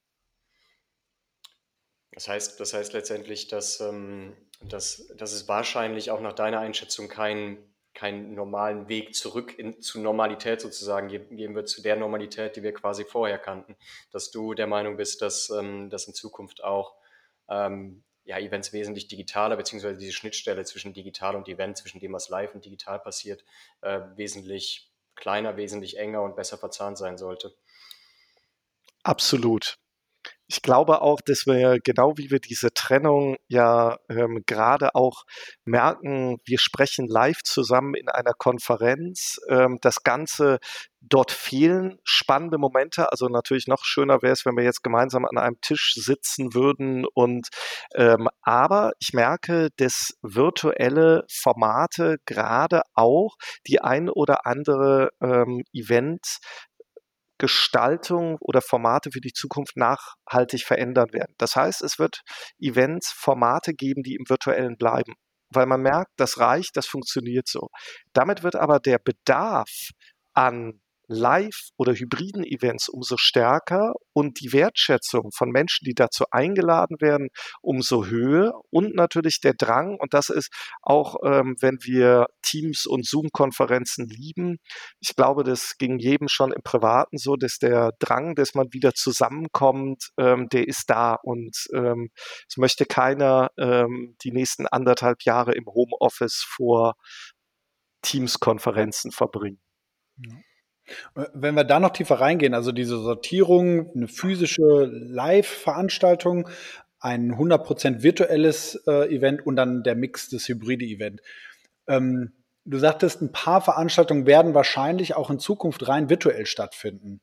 Das heißt, das heißt letztendlich, dass, ähm, dass, dass es wahrscheinlich auch nach deiner Einschätzung keinen keinen normalen Weg zurück in, zu Normalität sozusagen geben wird, zu der Normalität, die wir quasi vorher kannten. Dass du der Meinung bist, dass, ähm, dass in Zukunft auch ähm, ja, Events wesentlich digitaler, beziehungsweise diese Schnittstelle zwischen digital und Event, zwischen dem, was live und digital passiert, äh, wesentlich kleiner, wesentlich enger und besser verzahnt sein sollte. Absolut. Ich glaube auch, dass wir, genau wie wir diese Trennung ja ähm, gerade auch merken, wir sprechen live zusammen in einer Konferenz, ähm, das Ganze, dort fehlen spannende Momente, also natürlich noch schöner wäre es, wenn wir jetzt gemeinsam an einem Tisch sitzen würden und ähm, aber ich merke, dass virtuelle Formate gerade auch die ein oder andere ähm, Event Gestaltung oder Formate für die Zukunft nachhaltig verändern werden. Das heißt, es wird Events, Formate geben, die im Virtuellen bleiben, weil man merkt, das reicht, das funktioniert so. Damit wird aber der Bedarf an Live- oder hybriden Events umso stärker und die Wertschätzung von Menschen, die dazu eingeladen werden, umso höher und natürlich der Drang, und das ist auch, ähm, wenn wir Teams und Zoom-Konferenzen lieben, ich glaube, das ging jedem schon im Privaten so, dass der Drang, dass man wieder zusammenkommt, ähm, der ist da und ähm, es möchte keiner ähm, die nächsten anderthalb Jahre im Homeoffice vor Teams-Konferenzen verbringen. Ja. Wenn wir da noch tiefer reingehen, also diese Sortierung, eine physische Live-Veranstaltung, ein hundert Prozent virtuelles äh, Event und dann der Mix des hybride Event. Ähm, du sagtest, ein paar Veranstaltungen werden wahrscheinlich auch in Zukunft rein virtuell stattfinden.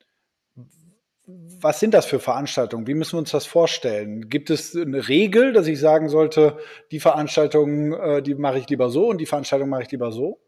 Was sind das für Veranstaltungen? Wie müssen wir uns das vorstellen? Gibt es eine Regel, dass ich sagen sollte, die Veranstaltung, äh, die mache ich lieber so und die Veranstaltung mache ich lieber so?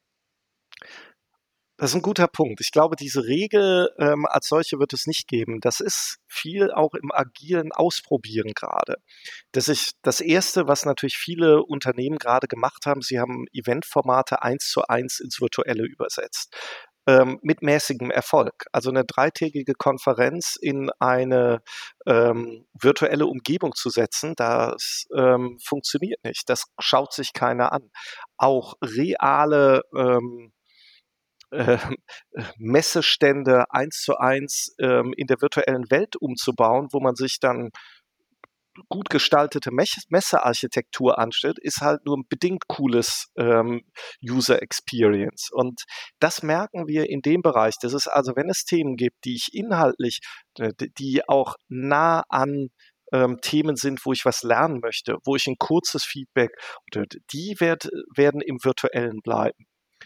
Das ist ein guter Punkt. Ich glaube, diese Regel ähm, als solche wird es nicht geben. Das ist viel auch im agilen Ausprobieren gerade. Das ist das Erste, was natürlich viele Unternehmen gerade gemacht haben, sie haben Eventformate eins zu eins ins Virtuelle übersetzt. Ähm, mit mäßigem Erfolg. Also eine dreitägige Konferenz in eine ähm, virtuelle Umgebung zu setzen, das ähm, funktioniert nicht. Das schaut sich keiner an. Auch reale ähm, äh, Messestände eins zu eins ähm, in der virtuellen Welt umzubauen, wo man sich dann gut gestaltete Messearchitektur anstellt, ist halt nur ein bedingt cooles ähm, User Experience. Und das merken wir in dem Bereich. Das ist also, wenn es Themen gibt, die ich inhaltlich, äh, die auch nah an ähm, Themen sind, wo ich was lernen möchte, wo ich ein kurzes Feedback, die werd, werden im Virtuellen bleiben.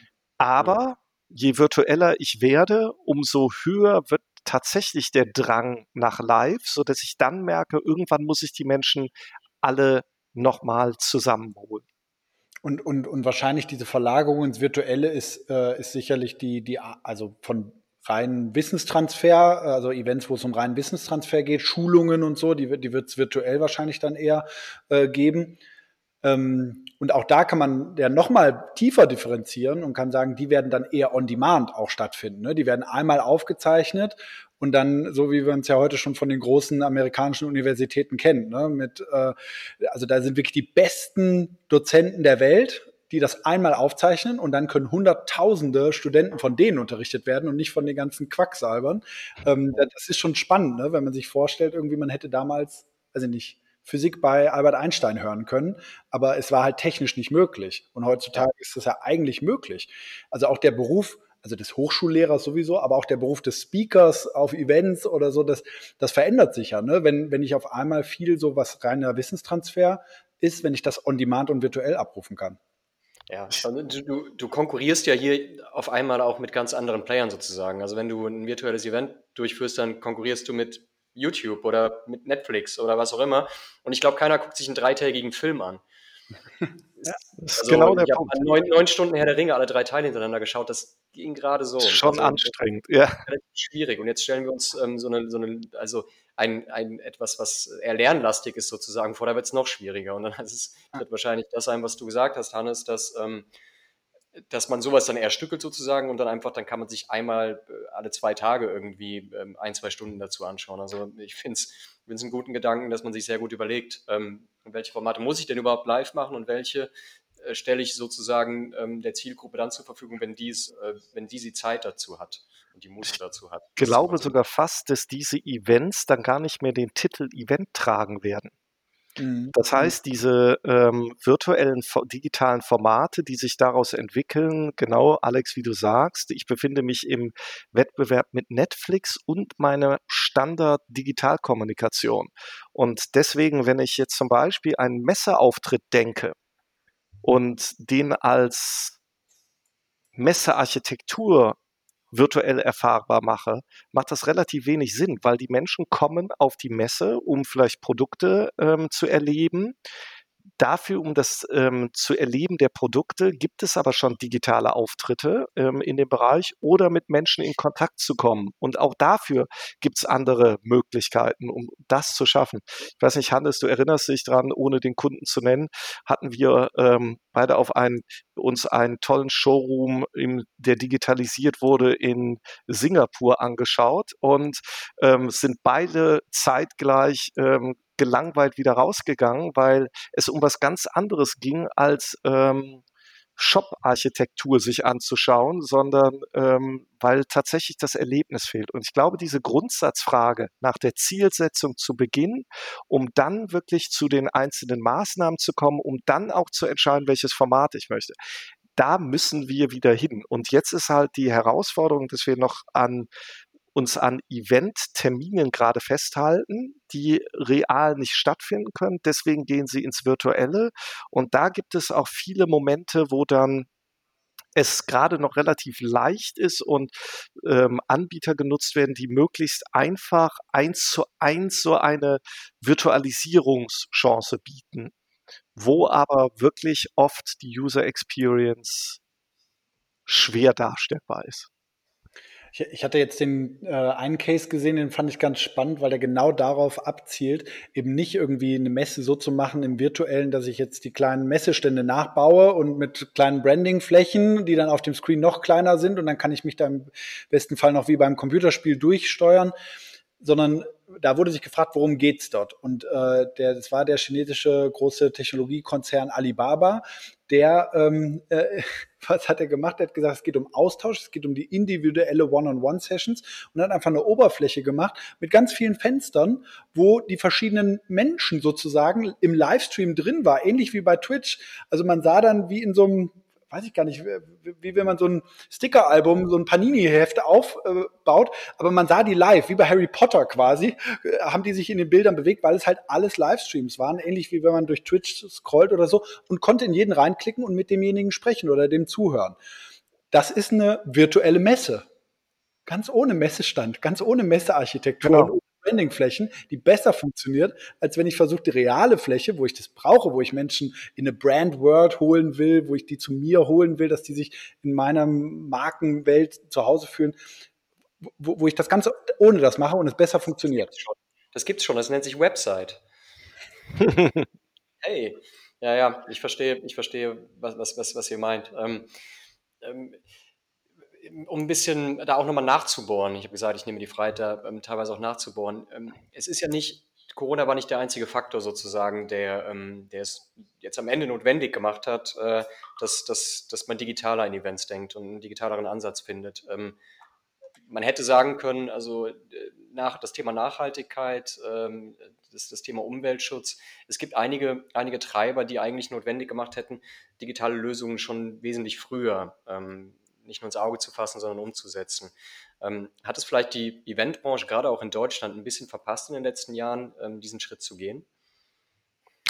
Aber je virtueller ich werde, umso höher wird tatsächlich der Drang nach live, so dass ich dann merke, irgendwann muss ich die Menschen alle nochmal zusammenholen. Und, und, und wahrscheinlich diese Verlagerung ins Virtuelle ist, äh, ist sicherlich die, die, also von reinen Wissenstransfer, also Events, wo es um reinen Wissenstransfer geht, Schulungen und so, die, wird- die wird es virtuell wahrscheinlich dann eher äh, geben. Ähm, und auch da kann man ja nochmal tiefer differenzieren und kann sagen, die werden dann eher on demand auch stattfinden. Ne? Die werden einmal aufgezeichnet und dann, so wie wir uns ja heute schon von den großen amerikanischen Universitäten kennen, ne? Mit, äh, also da sind wirklich die besten Dozenten der Welt, die das einmal aufzeichnen und dann können hunderttausende Studenten von denen unterrichtet werden und nicht von den ganzen Quacksalbern. Ähm, das ist schon spannend, ne? Wenn man sich vorstellt, irgendwie man hätte damals, also nicht, Physik bei Albert Einstein hören können, aber es war halt technisch nicht möglich. Und Ja. heutzutage ist das ja eigentlich möglich. Also auch der Beruf, also des Hochschullehrers sowieso, aber auch der Beruf des Speakers auf Events oder so, das, das verändert sich ja, ne? Wenn, wenn ich auf einmal viel so was reiner Wissenstransfer ist, wenn ich das on demand und virtuell abrufen kann. Ja, also du, du, du konkurrierst ja hier auf einmal auch mit ganz anderen Playern sozusagen. Also wenn du ein virtuelles Event durchführst, dann konkurrierst du mit YouTube oder mit Netflix oder was auch immer. Und ich glaube, keiner guckt sich einen dreitägigen Film an. Ja. Das ist Also genau der ich habe Punkt. neun, neun Stunden Herr der Ringe alle drei Teile hintereinander geschaut. Das ging gerade so. Schon Also das anstrengend, ja. ist relativ schwierig. Und jetzt stellen wir uns ähm, so eine, so eine, also ein, ein etwas, was eher lernlastig ist sozusagen vor, da wird es noch schwieriger. Und dann ist es, wird wahrscheinlich das sein, was du gesagt hast, Hannes, dass ähm, dass man sowas dann eher stückelt sozusagen und dann einfach, dann kann man sich einmal äh, alle zwei Tage irgendwie ähm, ein, zwei Stunden dazu anschauen. Also ich finde es einen guten Gedanken, dass man sich sehr gut überlegt, ähm, welche Formate muss ich denn überhaupt live machen und welche äh, stelle ich sozusagen ähm, der Zielgruppe dann zur Verfügung, wenn dies, äh, wenn die die Zeit dazu hat und die Muße dazu hat, das zu Glaube konsumieren. sogar fast, dass diese Events dann gar nicht mehr den Titel Event tragen werden. Mhm. Das heißt, diese ähm, virtuellen, fo- digitalen Formate, die sich daraus entwickeln, genau, Alex, wie du sagst, ich befinde mich im Wettbewerb mit Netflix und meiner Standard-Digitalkommunikation. Und deswegen, wenn ich jetzt zum Beispiel einen Messeauftritt denke und den als Messearchitektur virtuell erfahrbar mache, macht das relativ wenig Sinn, weil die Menschen kommen auf die Messe, um vielleicht Produkte ähm, zu erleben. Dafür, um das ähm, zu erleben der Produkte, gibt es aber schon digitale Auftritte ähm, in dem Bereich oder mit Menschen in Kontakt zu kommen. Und auch dafür gibt es andere Möglichkeiten, um das zu schaffen. Ich weiß nicht, Hannes, du erinnerst dich dran, ohne den Kunden zu nennen, hatten wir ähm, beide auf einen, uns einen tollen Showroom, im, der digitalisiert wurde, in Singapur angeschaut und ähm, sind beide zeitgleich ähm, gelangweilt wieder rausgegangen, weil es um was ganz anderes ging, als ähm, Shop-Architektur sich anzuschauen, sondern ähm, weil tatsächlich das Erlebnis fehlt. Und ich glaube, diese Grundsatzfrage nach der Zielsetzung zu Beginn, um dann wirklich zu den einzelnen Maßnahmen zu kommen, um dann auch zu entscheiden, welches Format ich möchte, da müssen wir wieder hin. Und jetzt ist halt die Herausforderung, dass wir noch an uns an Event-Terminen gerade festhalten, die real nicht stattfinden können. Deswegen gehen sie ins Virtuelle. Und da gibt es auch viele Momente, wo dann es gerade noch relativ leicht ist und ähm, Anbieter genutzt werden, die möglichst einfach eins zu eins so eine Virtualisierungschance bieten, wo aber wirklich oft die User Experience schwer darstellbar ist. Ich, ich hatte jetzt den äh, einen Case gesehen, den fand ich ganz spannend, weil der genau darauf abzielt, eben nicht irgendwie eine Messe so zu machen im Virtuellen, dass ich jetzt die kleinen Messestände nachbaue und mit kleinen Brandingflächen, die dann auf dem Screen noch kleiner sind und dann kann ich mich da im besten Fall noch wie beim Computerspiel durchsteuern, sondern da wurde sich gefragt, worum geht's dort? Und äh, der, das war der chinesische große Technologiekonzern Alibaba, der, ähm, äh, was hat er gemacht? Er hat gesagt, es geht um Austausch, es geht um die individuelle One-on-One-Sessions und hat einfach eine Oberfläche gemacht mit ganz vielen Fenstern, wo die verschiedenen Menschen sozusagen im Livestream drin war, ähnlich wie bei Twitch. Also man sah dann wie in so einem, weiß ich gar nicht, wie, wie wenn man so ein Sticker-Album, so ein Panini-Heft aufbaut, aber man sah die live, wie bei Harry Potter quasi, äh, haben die sich in den Bildern bewegt, weil es halt alles Livestreams waren, ähnlich wie wenn man durch Twitch scrollt oder so und konnte in jeden reinklicken und mit demjenigen sprechen oder dem zuhören. Das ist eine virtuelle Messe. Ganz ohne Messestand, ganz ohne Messearchitektur und Genau. ohne Brandingflächen, die besser funktioniert, als wenn ich versuche, die reale Fläche, wo ich das brauche, wo ich Menschen in eine Brand World holen will, wo ich die zu mir holen will, dass die sich in meiner Markenwelt zu Hause fühlen, wo, wo ich das Ganze ohne das mache und es besser Das funktioniert. gibt's schon. Das gibt's schon, das nennt sich Website. Hey, ja, ja, ich verstehe, ich verstehe, was, was, was, was ihr meint. Ähm, ähm, um ein bisschen da auch nochmal nachzubohren. Ich habe gesagt, ich nehme die Freiheit, da ähm, teilweise auch nachzubohren. Ähm, es ist ja nicht, Corona war nicht der einzige Faktor sozusagen, der, ähm, der es jetzt am Ende notwendig gemacht hat, äh, dass, dass, dass man digitaler in Events denkt und einen digitaleren Ansatz findet. Ähm, man hätte sagen können, also äh, nach, das Thema Nachhaltigkeit, ähm, das, das Thema Umweltschutz, es gibt einige, einige Treiber, die eigentlich notwendig gemacht hätten, digitale Lösungen schon wesentlich früher ähm, nicht nur ins Auge zu fassen, sondern umzusetzen. Ähm, hat es vielleicht die Eventbranche gerade auch in Deutschland ein bisschen verpasst in den letzten Jahren, ähm, diesen Schritt zu gehen?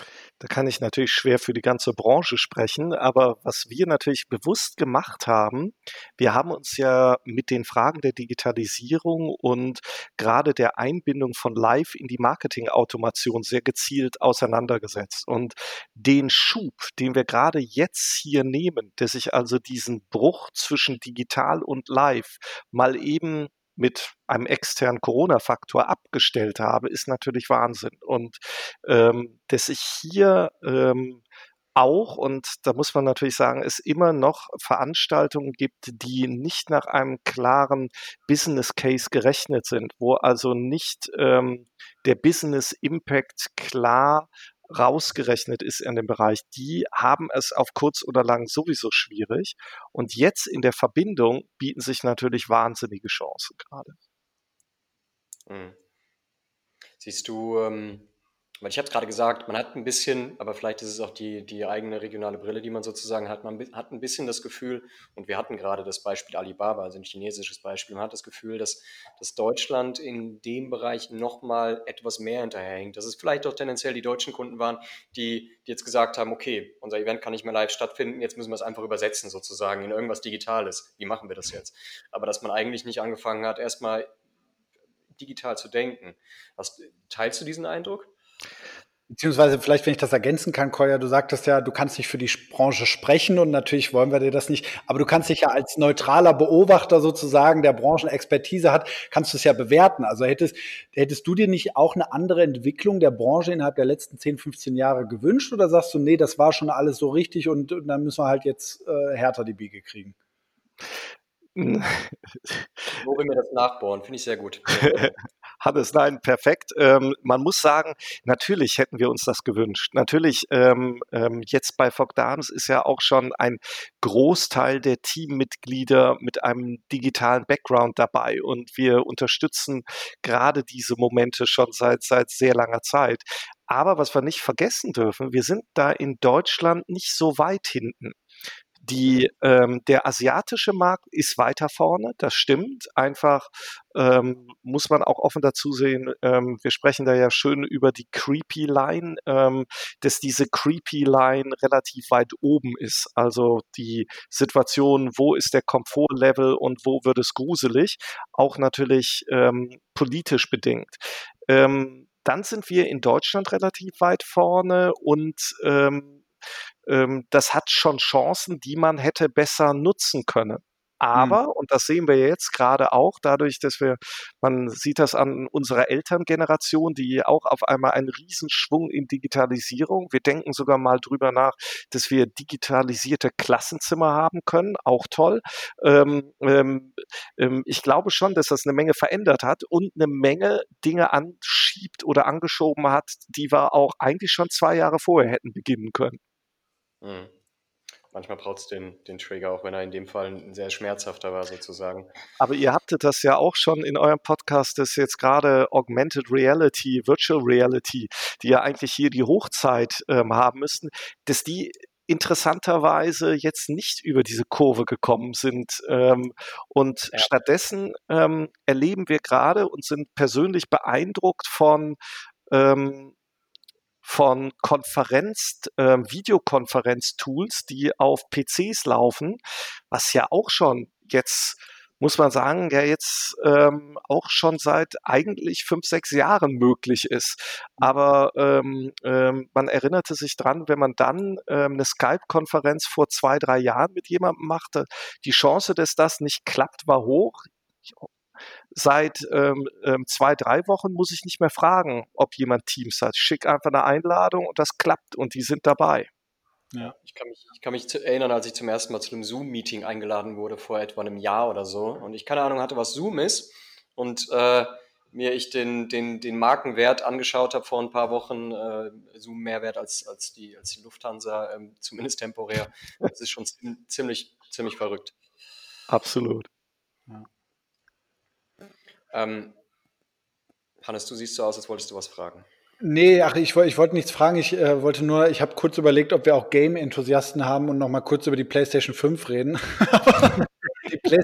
Da kann ich natürlich schwer für die ganze Branche sprechen, aber was wir natürlich bewusst gemacht haben, wir haben uns ja mit den Fragen der Digitalisierung und gerade der Einbindung von Live in die Marketing-Automation sehr gezielt auseinandergesetzt. Und den Schub, den wir gerade jetzt hier nehmen, der sich also diesen Bruch zwischen digital und live mal eben mit einem externen Corona-Faktor abgestellt habe, ist natürlich Wahnsinn. Und ähm, dass ich hier ähm, auch, und da muss man natürlich sagen, es immer noch Veranstaltungen gibt, die nicht nach einem klaren Business Case gerechnet sind, wo also nicht ähm, der Business Impact klar rausgerechnet ist in dem Bereich, die haben es auf kurz oder lang sowieso schwierig. Und jetzt in der Verbindung bieten sich natürlich wahnsinnige Chancen gerade. Mhm. Siehst du, ähm, weil ich habe es gerade gesagt, man hat ein bisschen, aber vielleicht ist es auch die, die eigene regionale Brille, die man sozusagen hat, man bi- hat ein bisschen das Gefühl, und wir hatten gerade das Beispiel Alibaba, also ein chinesisches Beispiel, man hat das Gefühl, dass, dass Deutschland in dem Bereich nochmal etwas mehr hinterherhinkt. Dass es vielleicht auch tendenziell die deutschen Kunden waren, die, die jetzt gesagt haben, okay, unser Event kann nicht mehr live stattfinden, jetzt müssen wir es einfach übersetzen sozusagen in irgendwas Digitales. Wie machen wir das jetzt? Aber dass man eigentlich nicht angefangen hat, erstmal digital zu denken. Hast, teilst du diesen Eindruck? Beziehungsweise vielleicht, wenn ich das ergänzen kann, Kolja, du sagtest ja, du kannst nicht für die Branche sprechen und natürlich wollen wir dir das nicht, aber du kannst dich ja als neutraler Beobachter sozusagen, der Branchenexpertise hat, kannst du es ja bewerten. Also hättest, hättest du dir nicht auch eine andere Entwicklung der Branche innerhalb der letzten zehn, fünfzehn Jahre gewünscht oder sagst du, nee, das war schon alles so richtig und, und dann müssen wir halt jetzt äh, härter die Biege kriegen? Wo wir mir das nachbohren, finde ich sehr gut. Hannes, nein, perfekt. Ähm, man muss sagen, natürlich hätten wir uns das gewünscht. Natürlich, ähm, ähm, jetzt bei Fog Dams ist ja auch schon ein Großteil der Teammitglieder mit einem digitalen Background dabei und wir unterstützen gerade diese Momente schon seit, seit sehr langer Zeit. Aber was wir nicht vergessen dürfen, wir sind da in Deutschland nicht so weit hinten. Die, ähm, der asiatische Markt ist weiter vorne, das stimmt. Einfach ähm, muss man auch offen dazu sehen, ähm, wir sprechen da ja schön über die Creepy Line, ähm, dass diese Creepy Line relativ weit oben ist. Also die Situation, wo ist der Komfortlevel und wo wird es gruselig, auch natürlich ähm, politisch bedingt. Ähm, dann sind wir in Deutschland relativ weit vorne und ähm, ähm, das hat schon Chancen, die man hätte besser nutzen können. Hm. Aber, und das sehen wir jetzt gerade auch, dadurch, dass wir, man sieht das an unserer Elterngeneration, die auch auf einmal einen Riesenschwung in Digitalisierung. Wir denken sogar mal drüber nach, dass wir digitalisierte Klassenzimmer haben können, auch toll. Ähm, ähm, ähm, ich glaube schon, dass das eine Menge verändert hat und eine Menge Dinge anschiebt oder angeschoben hat, die wir auch eigentlich schon zwei Jahre vorher hätten beginnen können. Mhm. Manchmal braucht es den, den Trigger, auch wenn er in dem Fall ein sehr schmerzhafter war, sozusagen. Aber ihr habtet das ja auch schon in eurem Podcast, dass jetzt gerade Augmented Reality, Virtual Reality, die ja eigentlich hier die Hochzeit ähm, haben müssten, dass die interessanterweise jetzt nicht über diese Kurve gekommen sind. Ähm, und Ja. stattdessen ähm, erleben wir gerade und sind persönlich beeindruckt von ähm, von Konferenz, äh, Videokonferenz-Tools, die auf P Cs laufen, was ja auch schon jetzt, muss man sagen, ja jetzt ähm, auch schon seit eigentlich fünf, sechs Jahren möglich ist. Aber ähm, ähm, man erinnerte sich dran, wenn man dann ähm, eine Skype-Konferenz vor zwei, drei Jahren mit jemandem machte, die Chance, dass das nicht klappt, war hoch. Seit ähm, ähm, zwei, drei Wochen muss ich nicht mehr fragen, ob jemand Teams hat. Ich schicke einfach eine Einladung und das klappt und die sind dabei. Ja, ich kann mich, ich kann mich zu erinnern, als ich zum ersten Mal zu einem Zoom-Meeting eingeladen wurde, vor etwa einem Jahr oder so, und ich keine Ahnung hatte, was Zoom ist, und äh, mir ich den, den, den Markenwert angeschaut habe vor ein paar Wochen, äh, Zoom mehr wert als, als, die, als die Lufthansa, ähm, zumindest temporär. Das ist schon ziem- ziemlich, ziemlich verrückt. Absolut. Ja. Ähm, Hannes, du siehst so aus, als wolltest du was fragen. Nee, ach, ich, woll- ich wollte nichts fragen. Ich äh, wollte nur, ich habe kurz überlegt, ob wir auch Game-Enthusiasten haben und noch mal kurz über die PlayStation fünf reden. die, PlayStation,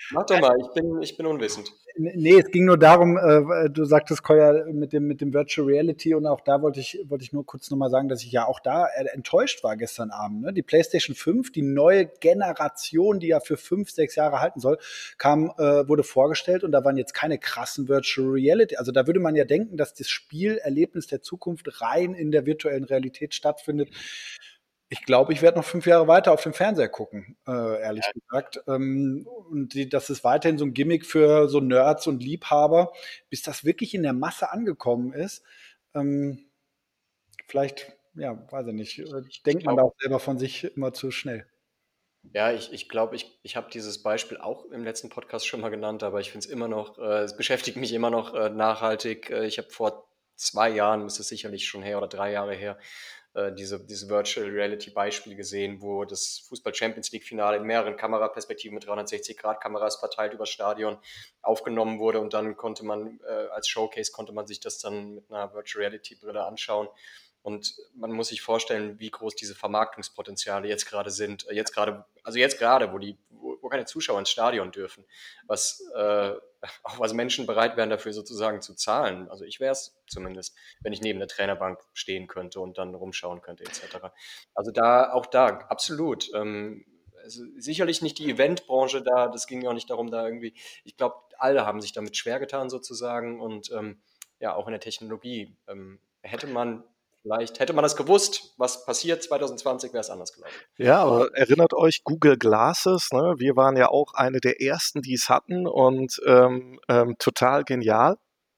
Mach doch mal, ich bin, ich bin unwissend. Nee, es ging nur darum, äh, du sagtest, Koya, mit dem, mit dem Virtual Reality, und auch da wollte ich, wollte ich nur kurz nochmal sagen, dass ich ja auch da enttäuscht war gestern Abend. Ne? Die PlayStation fünf, die neue Generation, die ja für fünf, sechs Jahre halten soll, kam, äh, wurde vorgestellt, und da waren jetzt keine krassen Virtual Reality. Also da würde man ja denken, dass das Spielerlebnis der Zukunft rein in der virtuellen Realität stattfindet. Ich glaube, ich werde noch fünf Jahre weiter auf dem Fernseher gucken, äh, ehrlich gesagt. Ähm, und die, das ist weiterhin so ein Gimmick für so Nerds und Liebhaber, bis das wirklich in der Masse angekommen ist. Ähm, vielleicht, ja, weiß ich nicht, äh, Ich, ich denkt man glaube, da auch selber von sich immer zu schnell. ja, ich, ich glaube, ich, ich habe dieses Beispiel auch im letzten Podcast schon mal genannt, aber ich finde es immer noch, äh, es beschäftigt mich immer noch äh, nachhaltig. Äh, ich habe vor zwei Jahren, müsste es sicherlich schon her oder drei Jahre her, äh, diese, diese Virtual Reality Beispiel gesehen, wo das Fußball Champions League Finale in mehreren Kameraperspektiven mit dreihundertsechzig Grad Kameras verteilt über das Stadion aufgenommen wurde, und dann konnte man äh, als Showcase konnte man sich das dann mit einer Virtual Reality Brille anschauen. Und man muss sich vorstellen, wie groß diese Vermarktungspotenziale jetzt gerade sind. Äh, Jetzt gerade, also jetzt gerade, wo die, wo, wo keine Zuschauer ins Stadion dürfen, was äh, auch was Menschen bereit wären, dafür sozusagen zu zahlen. Also ich wäre es zumindest, wenn ich neben der Trainerbank stehen könnte und dann rumschauen könnte, et cetera. Also da, auch da, absolut. Ähm, also sicherlich nicht die Eventbranche da, das ging ja auch nicht darum, da irgendwie, ich glaube, alle haben sich damit schwer getan sozusagen, und ähm, ja, auch in der Technologie. Ähm, hätte man Vielleicht hätte man das gewusst, was passiert zwanzig zwanzig, wäre es anders gelaufen. Ja, aber erinnert euch Google Glasses, ne? Wir waren ja auch eine der ersten, die es hatten, und ähm, ähm, total genial.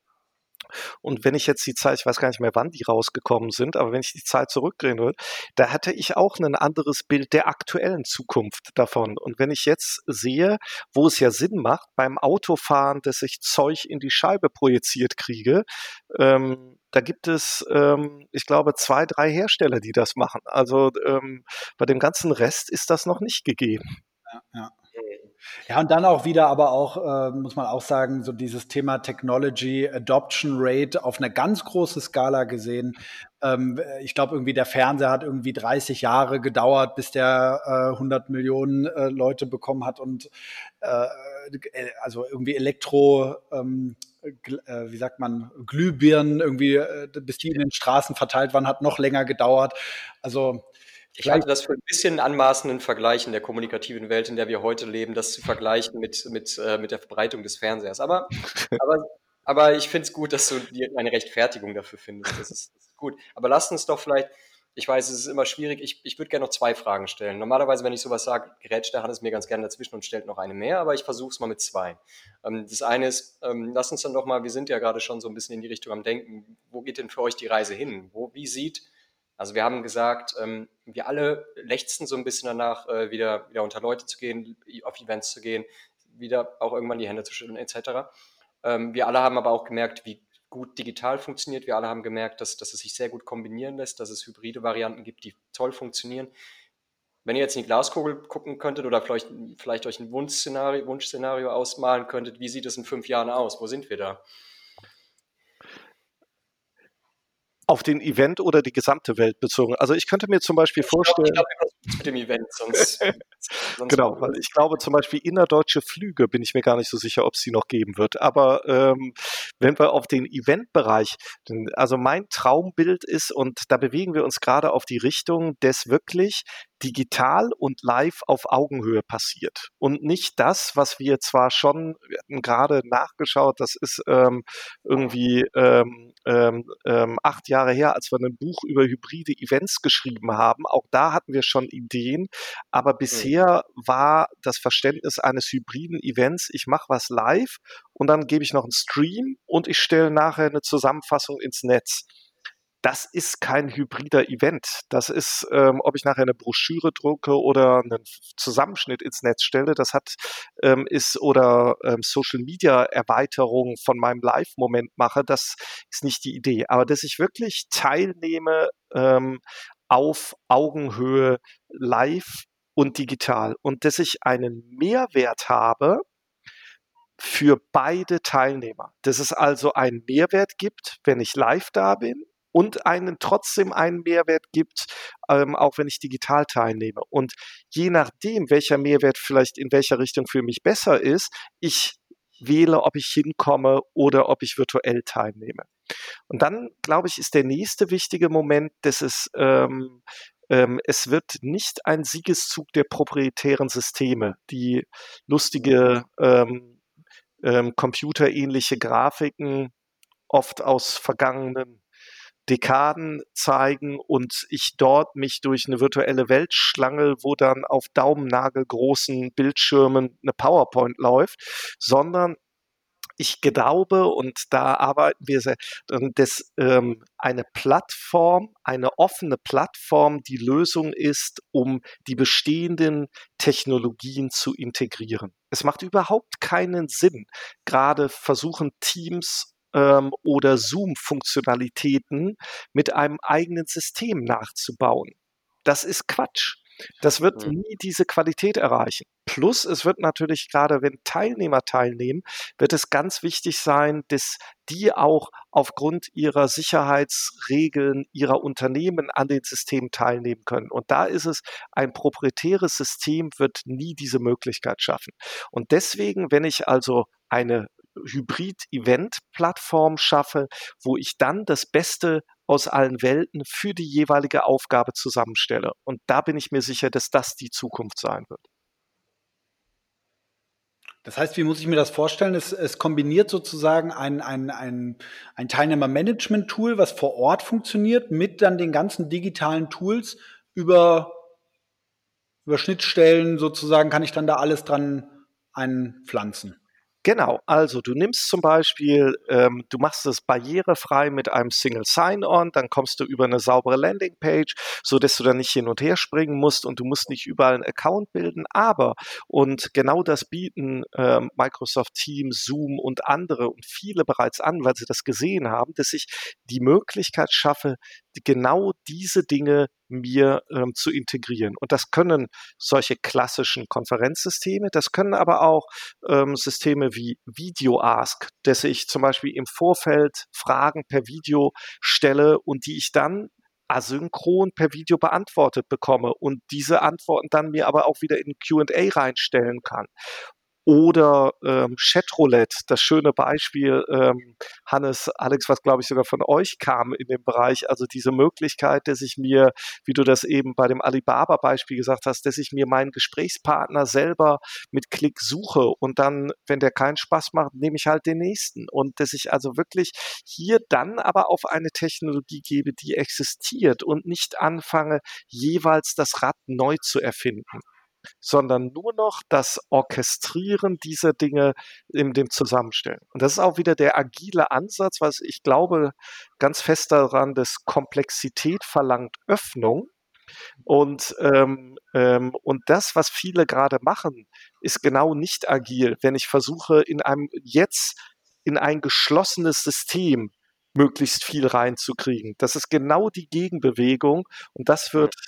Und wenn ich jetzt die Zeit, ich weiß gar nicht mehr, wann die rausgekommen sind, aber wenn ich die Zeit zurückdrehen würde, da hatte ich auch ein anderes Bild der aktuellen Zukunft davon. Und wenn ich jetzt sehe, wo es ja Sinn macht, beim Autofahren, dass ich Zeug in die Scheibe projiziert kriege, ähm, da gibt es, ähm, ich glaube, zwei, drei Hersteller, die das machen. Also ähm, bei dem ganzen Rest ist das noch nicht gegeben. Ja, ja. Ja, und dann auch wieder, aber auch, äh, muss man auch sagen, so dieses Thema Technology Adoption Rate auf einer ganz großen Skala gesehen. Ähm, ich glaube, irgendwie der Fernseher hat irgendwie dreißig Jahre gedauert, bis der äh, hundert Millionen äh, Leute bekommen hat, und äh, also irgendwie Elektro, ähm, gl- äh, wie sagt man, Glühbirnen irgendwie, äh, bis die in den Straßen verteilt waren, hat noch länger gedauert. Also Ich vielleicht, halte das für ein bisschen anmaßenden Vergleich in der kommunikativen Welt, in der wir heute leben, das zu vergleichen mit, mit, äh, mit der Verbreitung des Fernsehers. Aber, aber, aber ich finde es gut, dass du dir eine Rechtfertigung dafür findest. Das ist, das ist gut. Aber lass uns doch vielleicht, ich weiß, es ist immer schwierig, ich, ich würde gerne noch zwei Fragen stellen. Normalerweise, wenn ich sowas sage, grätscht der Hannes mir ganz gerne dazwischen und stellt noch eine mehr, aber ich versuche es mal mit zwei. Ähm, das eine ist, ähm, lass uns dann doch mal, wir sind ja gerade schon so ein bisschen in die Richtung am Denken, wo geht denn für euch die Reise hin? Wo, wie sieht Also wir haben gesagt, ähm, wir alle lechzen so ein bisschen danach, äh, wieder, wieder unter Leute zu gehen, auf Events zu gehen, wieder auch irgendwann die Hände zu schütteln, et cetera. Ähm, wir alle haben aber auch gemerkt, wie gut digital funktioniert. Wir alle haben gemerkt, dass, dass es sich sehr gut kombinieren lässt, dass es hybride Varianten gibt, die toll funktionieren. Wenn ihr jetzt in die Glaskugel gucken könntet oder vielleicht, vielleicht euch ein Wunschszenario, Wunschszenario ausmalen könntet, wie sieht es in fünf Jahren aus? Wo sind wir da? Auf den Event oder die gesamte Welt bezogen. Also ich könnte mir zum Beispiel Ich glaube, ich vorstellen, glaub, wir versuchen es mit dem Event, sonst, sonst genau, weil ich glaube zum Beispiel innerdeutsche Flüge bin ich mir gar nicht so sicher, ob es die noch geben wird. Aber ähm, wenn wir auf den Eventbereich, also mein Traumbild ist, und da bewegen wir uns gerade auf die Richtung, des wirklich digital und live auf Augenhöhe passiert. Und nicht das, was wir zwar schon, wir hatten gerade nachgeschaut, das ist ähm, irgendwie ähm, ähm, ähm, acht Jahre her, als wir ein Buch über hybride Events geschrieben haben. Auch da hatten wir schon Ideen, aber bisher war das Verständnis eines hybriden Events, ich mache was live und dann gebe ich noch einen Stream und ich stelle nachher eine Zusammenfassung ins Netz. Das ist kein hybrider Event. Das ist, ähm, ob ich nachher eine Broschüre drucke oder einen Zusammenschnitt ins Netz stelle, das hat, ähm, ist, oder ähm, Social Media Erweiterung von meinem Live-Moment mache, das ist nicht die Idee. Aber dass ich wirklich teilnehme ähm, auf Augenhöhe live und digital und dass ich einen Mehrwert habe für beide Teilnehmer. Dass es also einen Mehrwert gibt, wenn ich live da bin, und einen trotzdem einen Mehrwert gibt, ähm, auch wenn ich digital teilnehme. Und je nachdem, welcher Mehrwert vielleicht in welcher Richtung für mich besser ist, ich wähle, ob ich hinkomme oder ob ich virtuell teilnehme. Und dann, glaube ich, ist der nächste wichtige Moment, dass es, ähm, ähm, es wird nicht ein Siegeszug der proprietären Systeme, die lustige ähm, ähm, computerähnliche Grafiken oft aus vergangenen Dekaden zeigen und ich dort mich durch eine virtuelle Welt schlangel, wo dann auf daumennagelgroßen Bildschirmen eine PowerPoint läuft, sondern ich glaube, und da arbeiten wir sehr, dass ähm, eine Plattform, eine offene Plattform die Lösung ist, um die bestehenden Technologien zu integrieren. Es macht überhaupt keinen Sinn, gerade versuchen Teams ähm, oder Zoom-Funktionalitäten mit einem eigenen System nachzubauen. Das ist Quatsch. Das wird Mhm. nie diese Qualität erreichen. Plus, es wird natürlich gerade, wenn Teilnehmer teilnehmen, wird es ganz wichtig sein, dass die auch aufgrund ihrer Sicherheitsregeln ihrer Unternehmen an den Systemen teilnehmen können. Und da ist es, ein proprietäres System wird nie diese Möglichkeit schaffen. Und deswegen, wenn ich also eine Hybrid-Event-Plattform schaffe, wo ich dann das Beste aus allen Welten für die jeweilige Aufgabe zusammenstelle. Und da bin ich mir sicher, dass das die Zukunft sein wird. Das heißt, wie muss ich mir das vorstellen? Es, es kombiniert sozusagen ein, ein, ein, ein Teilnehmer-Management-Tool, was vor Ort funktioniert, mit dann den ganzen digitalen Tools über, über Schnittstellen sozusagen, kann ich dann da alles dran einpflanzen. Genau, also du nimmst zum Beispiel, ähm, du machst es barrierefrei mit einem Single Sign-On, dann kommst du über eine saubere Landingpage, so dass du dann nicht hin und her springen musst und du musst nicht überall einen Account bilden, aber, und genau das bieten ähm, Microsoft Teams, Zoom und andere und viele bereits an, weil sie das gesehen haben, dass ich die Möglichkeit schaffe, genau diese Dinge mir ähm, zu integrieren. Und das können solche klassischen Konferenzsysteme, das können aber auch ähm, Systeme wie Video Ask, dass ich zum Beispiel im Vorfeld Fragen per Video stelle und die ich dann asynchron per Video beantwortet bekomme und diese Antworten dann mir aber auch wieder in Q und A reinstellen kann. Oder ähm, Chatroulette, das schöne Beispiel, ähm, Hannes, Alex, was glaube ich sogar von euch kam in dem Bereich, also diese Möglichkeit, dass ich mir, wie du das eben bei dem Alibaba-Beispiel gesagt hast, dass ich mir meinen Gesprächspartner selber mit Klick suche und dann, wenn der keinen Spaß macht, nehme ich halt den nächsten. Und dass ich also wirklich hier dann aber auf eine Technologie gebe, die existiert und nicht anfange, jeweils das Rad neu zu erfinden, sondern nur noch das Orchestrieren dieser Dinge in dem Zusammenstellen. Und das ist auch wieder der agile Ansatz, was ich glaube ganz fest daran, dass Komplexität verlangt Öffnung. Und, ähm, ähm, und das, was viele gerade machen, ist genau nicht agil. Wenn ich versuche, in einem jetzt in ein geschlossenes System möglichst viel reinzukriegen. Das ist genau die Gegenbewegung und das Mhm. wird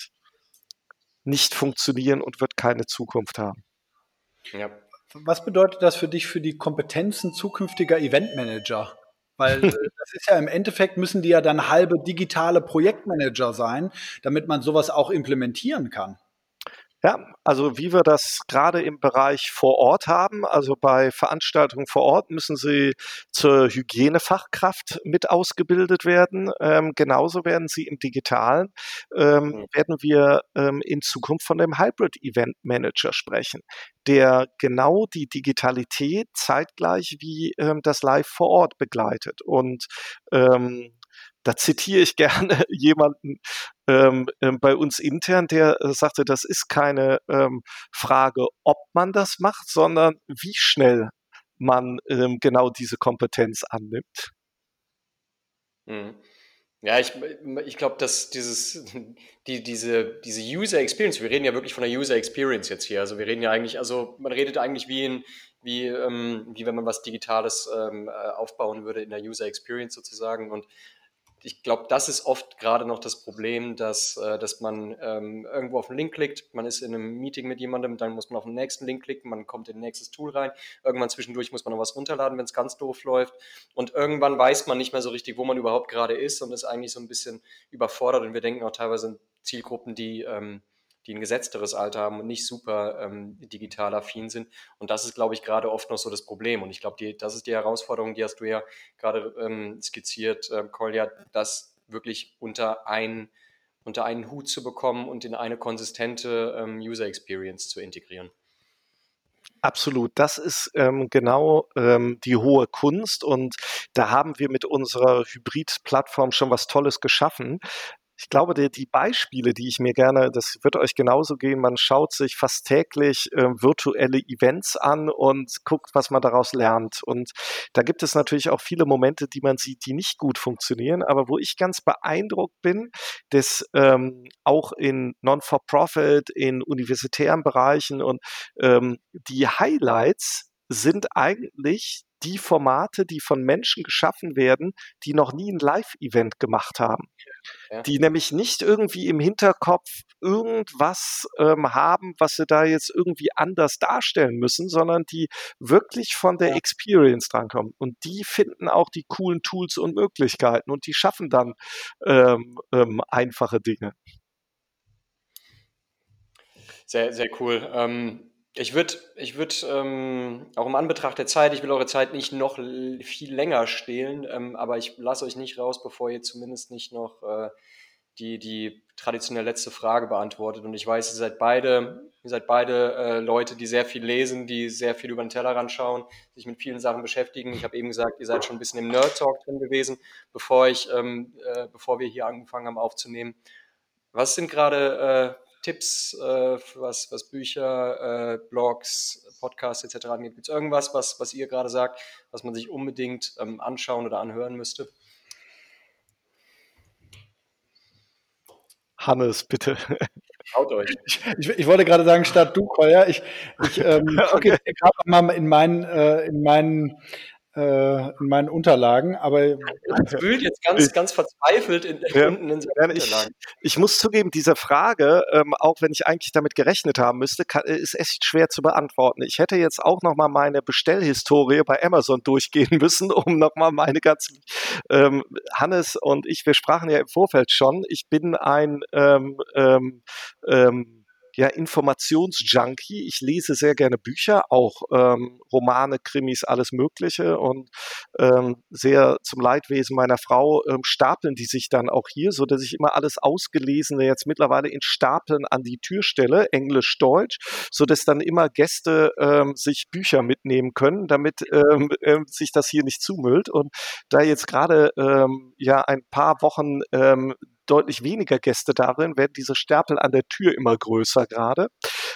nicht funktionieren und wird keine Zukunft haben. Ja. Was bedeutet das für dich für die Kompetenzen zukünftiger Eventmanager? Weil äh, das ist ja im Endeffekt, müssen die ja dann halbe digitale Projektmanager sein, damit man sowas auch implementieren kann. Ja, also wie wir das gerade im Bereich vor Ort haben, also bei Veranstaltungen vor Ort müssen sie zur Hygienefachkraft mit ausgebildet werden. Ähm, genauso werden sie im Digitalen, ähm, Mhm. werden wir ähm, in Zukunft von dem Hybrid Event Manager sprechen, der genau die Digitalität zeitgleich wie ähm, das Live vor Ort begleitet. Und ähm, da zitiere ich gerne jemanden, ähm, ähm, bei uns intern, der äh, sagte, das ist keine ähm, Frage, ob man das macht, sondern wie schnell man ähm, genau diese Kompetenz annimmt. Mhm. Ja, ich, ich glaube, dass dieses, die, diese, diese User Experience, wir reden ja wirklich von der User Experience jetzt hier. Also wir reden ja eigentlich, also man redet eigentlich wie in, wie, ähm, wie wenn man was Digitales ähm, äh, aufbauen würde in der User Experience sozusagen. Und ich glaube, das ist oft gerade noch das Problem, dass, äh, dass man ähm, irgendwo auf einen Link klickt, man ist in einem Meeting mit jemandem, dann muss man auf den nächsten Link klicken, man kommt in ein nächstes Tool rein, irgendwann zwischendurch muss man noch was runterladen, wenn es ganz doof läuft und irgendwann weiß man nicht mehr so richtig, wo man überhaupt gerade ist und ist eigentlich so ein bisschen überfordert und wir denken auch teilweise in Zielgruppen, die, ähm, die ein gesetzteres Alter haben und nicht super ähm, digital affin sind und das ist, glaube ich, gerade oft noch so das Problem und ich glaube, die, das ist die Herausforderung, die hast du ja gerade ähm, skizziert, ähm, Kolja, das wirklich unter, ein, unter einen Hut zu bekommen und in eine konsistente ähm, User Experience zu integrieren. Absolut, das ist ähm, genau ähm, die hohe Kunst und da haben wir mit unserer Hybrid-Plattform schon was Tolles geschaffen. Ich glaube, die, die Beispiele, die ich mir gerne, das wird euch genauso gehen, man schaut sich fast täglich äh, virtuelle Events an und guckt, was man daraus lernt. Und da gibt es natürlich auch viele Momente, die man sieht, die nicht gut funktionieren, aber wo ich ganz beeindruckt bin, dass ähm, auch in Non-for-Profit, in universitären Bereichen und ähm, die Highlights sind eigentlich die Formate, die von Menschen geschaffen werden, die noch nie ein Live-Event gemacht haben. Ja. Die nämlich nicht irgendwie im Hinterkopf irgendwas ähm, haben, was sie da jetzt irgendwie anders darstellen müssen, sondern die wirklich von der Ja. Experience drankommen. Und die finden auch die coolen Tools und Möglichkeiten und die schaffen dann ähm, ähm, einfache Dinge. Sehr, sehr cool. Ähm, ich würde, ich würd, ähm, auch im Anbetracht der Zeit, ich will eure Zeit nicht noch l- viel länger stehlen, ähm, aber ich lasse euch nicht raus, bevor ihr zumindest nicht noch äh, die, die traditionelle letzte Frage beantwortet. Und ich weiß, ihr seid beide, ihr seid beide äh, Leute, die sehr viel lesen, die sehr viel über den Tellerrand schauen, sich mit vielen Sachen beschäftigen. Ich habe eben gesagt, ihr seid schon ein bisschen im Nerd-Talk drin gewesen, bevor ich, ähm, äh, bevor wir hier angefangen haben aufzunehmen. Was sind gerade äh, Tipps, äh, was, was Bücher, äh, Blogs, Podcasts et cetera angeht? Gibt es irgendwas, was, was ihr gerade sagt, was man sich unbedingt ähm, anschauen oder anhören müsste? Hannes, bitte. Traut euch. Ich, ich, ich wollte gerade sagen, statt du, Kolja, ich, ich ähm, gucke Okay. jetzt gerade noch mal in meinen, äh, in meinen, äh, in meinen Unterlagen, aber Es wühlt jetzt Ich, ganz, ganz verzweifelt in, ja, unten in seinen ja, ich, Unterlagen. ich muss zugeben, diese Frage, ähm, auch wenn ich eigentlich damit gerechnet haben müsste, kann, ist echt schwer zu beantworten. Ich hätte jetzt auch nochmal meine Bestellhistorie bei Amazon durchgehen müssen, um nochmal meine ganzen, ähm, Hannes und ich, wir sprachen ja im Vorfeld schon, ich bin ein ähm, ähm, ähm, ja, Informationsjunkie. Ich lese sehr gerne Bücher, auch ähm, Romane, Krimis, alles Mögliche und ähm, sehr zum Leidwesen meiner Frau ähm, stapeln die sich dann auch hier, so dass ich immer alles Ausgelesene jetzt mittlerweile in Stapeln an die Tür stelle, Englisch, Deutsch, so dass dann immer Gäste ähm, sich Bücher mitnehmen können, damit ähm, ähm, sich das hier nicht zumüllt. Und da jetzt gerade ähm, ja ein paar Wochen ähm, deutlich weniger Gäste darin, werden diese Stapel an der Tür immer größer gerade.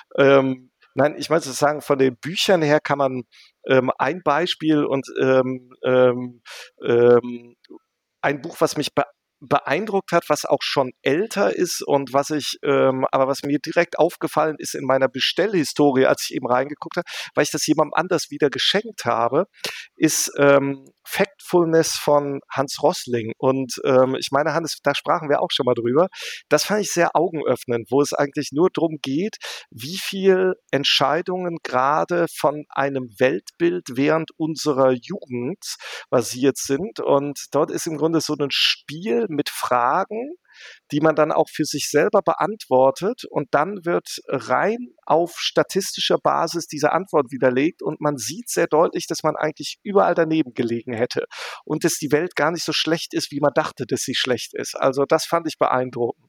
Ähm, nein, ich muss sagen, von den Büchern her kann man ähm, ein Beispiel und ähm, ähm, ähm, ein Buch, was mich be beeindruckt hat, was auch schon älter ist und was ich, ähm, aber was mir direkt aufgefallen ist in meiner Bestellhistorie, als ich eben reingeguckt habe, weil ich das jemandem anders wieder geschenkt habe, ist ähm, Factfulness von Hans Rosling. Und ähm, ich meine, Hannes, da sprachen wir auch schon mal drüber. Das fand ich sehr augenöffnend, wo es eigentlich nur darum geht, wie viel Entscheidungen gerade von einem Weltbild während unserer Jugend basiert sind. Und dort ist im Grunde so ein Spiel mit Fragen, die man dann auch für sich selber beantwortet. Und dann wird rein auf statistischer Basis diese Antwort widerlegt. Und man sieht sehr deutlich, dass man eigentlich überall daneben gelegen hätte. Und dass die Welt gar nicht so schlecht ist, wie man dachte, dass sie schlecht ist. Also das fand ich beeindruckend.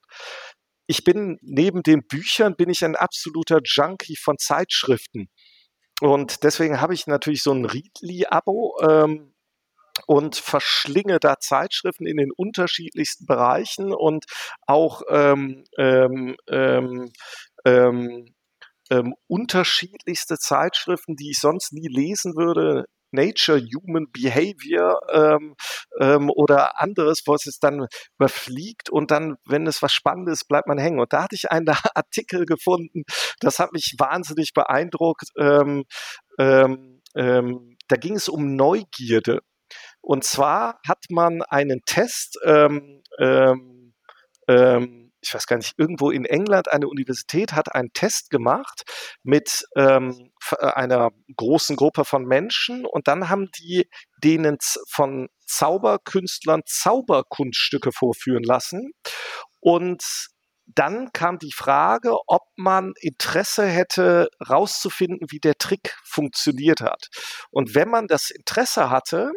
Ich bin neben den Büchern bin ich ein absoluter Junkie von Zeitschriften. Und deswegen habe ich natürlich so ein Readly-Abo, ähm, und verschlinge da Zeitschriften in den unterschiedlichsten Bereichen und auch ähm, ähm, ähm, ähm, ähm, unterschiedlichste Zeitschriften, die ich sonst nie lesen würde. Nature, Human Behavior ähm, ähm, oder anderes, was es dann überfliegt und dann, wenn es was Spannendes ist, bleibt man hängen. Und da hatte ich einen Artikel gefunden, das hat mich wahnsinnig beeindruckt. Ähm, ähm, ähm, da ging es um Neugierde. Und zwar hat man einen Test, ähm, ähm, ähm, ich weiß gar nicht, irgendwo in England, eine Universität hat einen Test gemacht mit ähm, einer großen Gruppe von Menschen und dann haben die denen von Zauberkünstlern Zauberkunststücke vorführen lassen und dann kam die Frage, ob man Interesse hätte, rauszufinden, wie der Trick funktioniert hat. Und wenn man das Interesse hatte,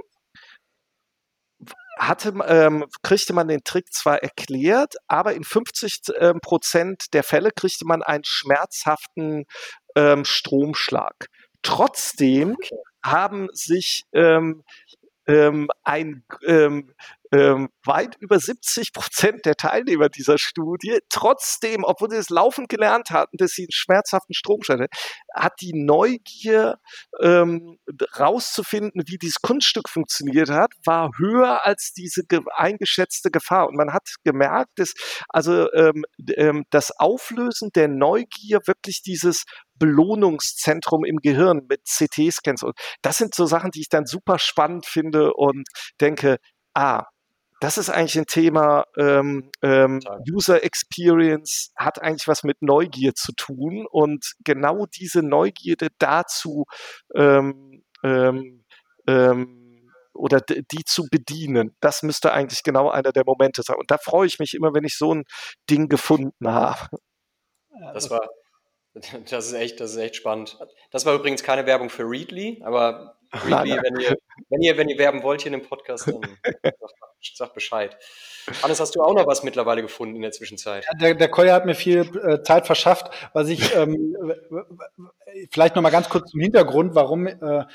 hatte, ähm, kriegte man den Trick zwar erklärt, aber in fünfzig Prozent der Fälle kriegte man einen schmerzhaften ähm, Stromschlag. Trotzdem Okay. haben sich ähm, ähm, ein ähm, ähm, weit über siebzig Prozent der Teilnehmer dieser Studie, trotzdem, obwohl sie es laufend gelernt hatten, dass sie einen schmerzhaften Stromschlag hatten, hat die Neugier ähm, rauszufinden, wie dieses Kunststück funktioniert hat, war höher als diese ge- eingeschätzte Gefahr. Und man hat gemerkt, dass also ähm, ähm, das Auflösen der Neugier wirklich dieses Belohnungszentrum im Gehirn mit C T-Scans und das sind so Sachen, die ich dann super spannend finde und denke, ah, das ist eigentlich ein Thema, ähm, ähm, User Experience hat eigentlich was mit Neugier zu tun und genau diese Neugierde dazu ähm, ähm, ähm, oder d- die zu bedienen, das müsste eigentlich genau einer der Momente sein. Und da freue ich mich immer, wenn ich so ein Ding gefunden habe. Das war, das ist echt, das ist echt spannend. Das war übrigens keine Werbung für Readly, aber Nein, Readly, wenn ihr, wenn ihr, wenn ihr werben wollt hier in dem Podcast, dann sagt, sagt Bescheid. Hannes, hast du auch noch was mittlerweile gefunden in der Zwischenzeit? Der, der Koya hat mir viel äh, Zeit verschafft, was ich ähm, vielleicht noch mal ganz kurz zum Hintergrund, warum äh,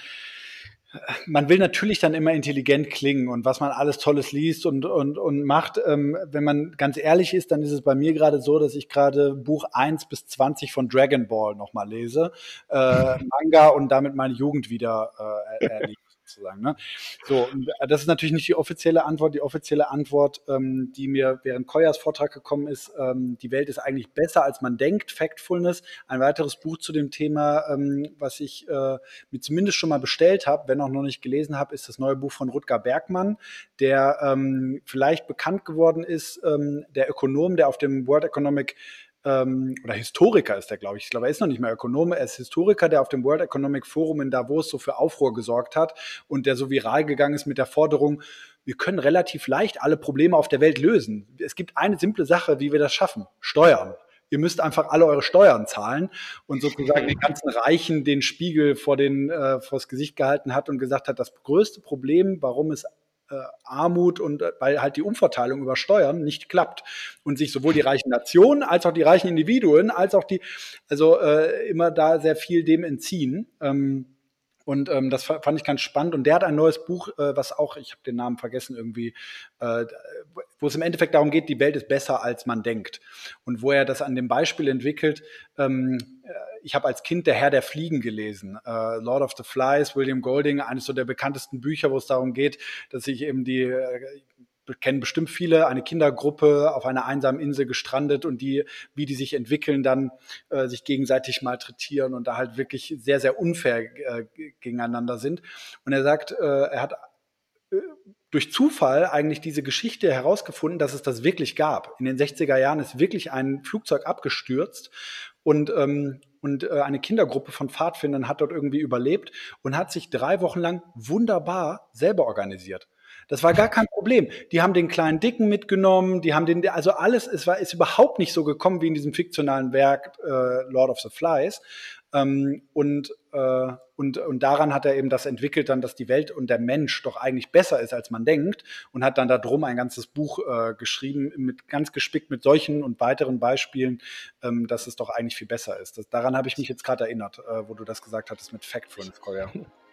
man will natürlich dann immer intelligent klingen und was man alles Tolles liest und, und, und macht. Ähm, wenn man ganz ehrlich ist, dann ist es bei mir gerade so, dass ich gerade Buch eins bis zwanzig von Dragon Ball nochmal lese, äh, Manga und damit meine Jugend wieder äh, erlebt. Sozusagen, ne? So, und das ist natürlich nicht die offizielle Antwort. Die offizielle Antwort, ähm, die mir während Koyas Vortrag gekommen ist, ähm, die Welt ist eigentlich besser, als man denkt, Factfulness. Ein weiteres Buch zu dem Thema, ähm, was ich äh, mir zumindest schon mal bestellt habe, wenn auch noch nicht gelesen habe, ist das neue Buch von Rutger Bergmann, der ähm, vielleicht bekannt geworden ist, ähm, der Ökonom, der auf dem World Economic ähm, oder Historiker ist er, glaube ich. Ich glaube, er ist noch nicht mehr Ökonom, er ist Historiker, der auf dem World Economic Forum in Davos so für Aufruhr gesorgt hat und der so viral gegangen ist mit der Forderung, wir können relativ leicht alle Probleme auf der Welt lösen. Es gibt eine simple Sache, wie wir das schaffen: Steuern. Ihr müsst einfach alle eure Steuern zahlen und sozusagen den ganzen Reichen den Spiegel vor den äh, vors Gesicht gehalten hat und gesagt hat, das größte Problem, warum es äh, Armut und äh, weil halt die Umverteilung über Steuern nicht klappt und sich sowohl die reichen Nationen als auch die reichen Individuen als auch die, also äh, immer da sehr viel dem entziehen. Ähm, und ähm, das fand ich ganz spannend. Und der hat ein neues Buch, äh, was auch, ich habe den Namen vergessen irgendwie, äh, wo es im Endeffekt darum geht, die Welt ist besser, als man denkt. Und wo er das an dem Beispiel entwickelt, ähm, ich habe als Kind Der Herr der Fliegen gelesen, äh, Lord of the Flies, William Golding, eines so der bekanntesten Bücher, wo es darum geht, dass sich eben die äh, kennen bestimmt viele, eine Kindergruppe auf einer einsamen Insel gestrandet und die, wie die sich entwickeln, dann äh, sich gegenseitig malträtieren und da halt wirklich sehr, sehr unfair äh, gegeneinander sind. Und er sagt, äh, er hat äh, durch Zufall eigentlich diese Geschichte herausgefunden, dass es das wirklich gab. In den sechziger Jahren ist wirklich ein Flugzeug abgestürzt und ähm, und äh, eine Kindergruppe von Pfadfindern hat dort irgendwie überlebt und hat sich drei Wochen lang wunderbar selber organisiert. Das war gar kein Problem. Die haben den kleinen Dicken mitgenommen, die haben den, also alles, es war, ist überhaupt nicht so gekommen wie in diesem fiktionalen Werk äh, Lord of the Flies. Ähm, und, äh, und, und daran hat er eben das entwickelt, dann, dass die Welt und der Mensch doch eigentlich besser ist, als man denkt, und hat dann darum ein ganzes Buch äh, geschrieben, mit, ganz gespickt mit solchen und weiteren Beispielen, ähm, dass es doch eigentlich viel besser ist. Das, daran habe ich mich jetzt gerade erinnert, äh, wo du das gesagt hattest mit Factfulness, Koya.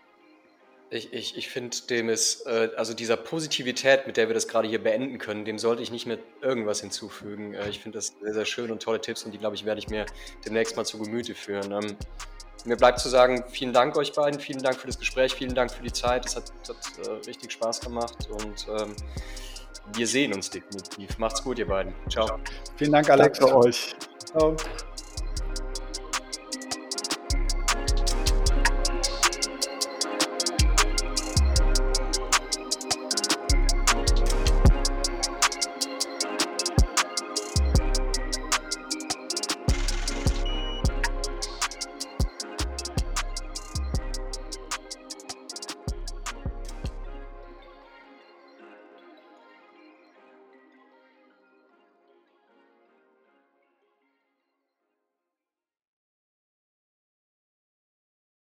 Ich, ich, ich finde, dem ist, äh, also dieser Positivität, mit der wir das gerade hier beenden können, dem sollte ich nicht mehr irgendwas hinzufügen. Äh, ich finde das sehr, sehr schön und tolle Tipps und die, glaube ich, werde ich mir demnächst mal zu Gemüte führen. Ähm, mir bleibt zu sagen, vielen Dank euch beiden, vielen Dank für das Gespräch, vielen Dank für die Zeit. Es hat, hat äh, richtig Spaß gemacht und ähm, wir sehen uns definitiv. Macht's gut, ihr beiden. Ciao. Vielen Dank, Alex. Danke euch. Ciao.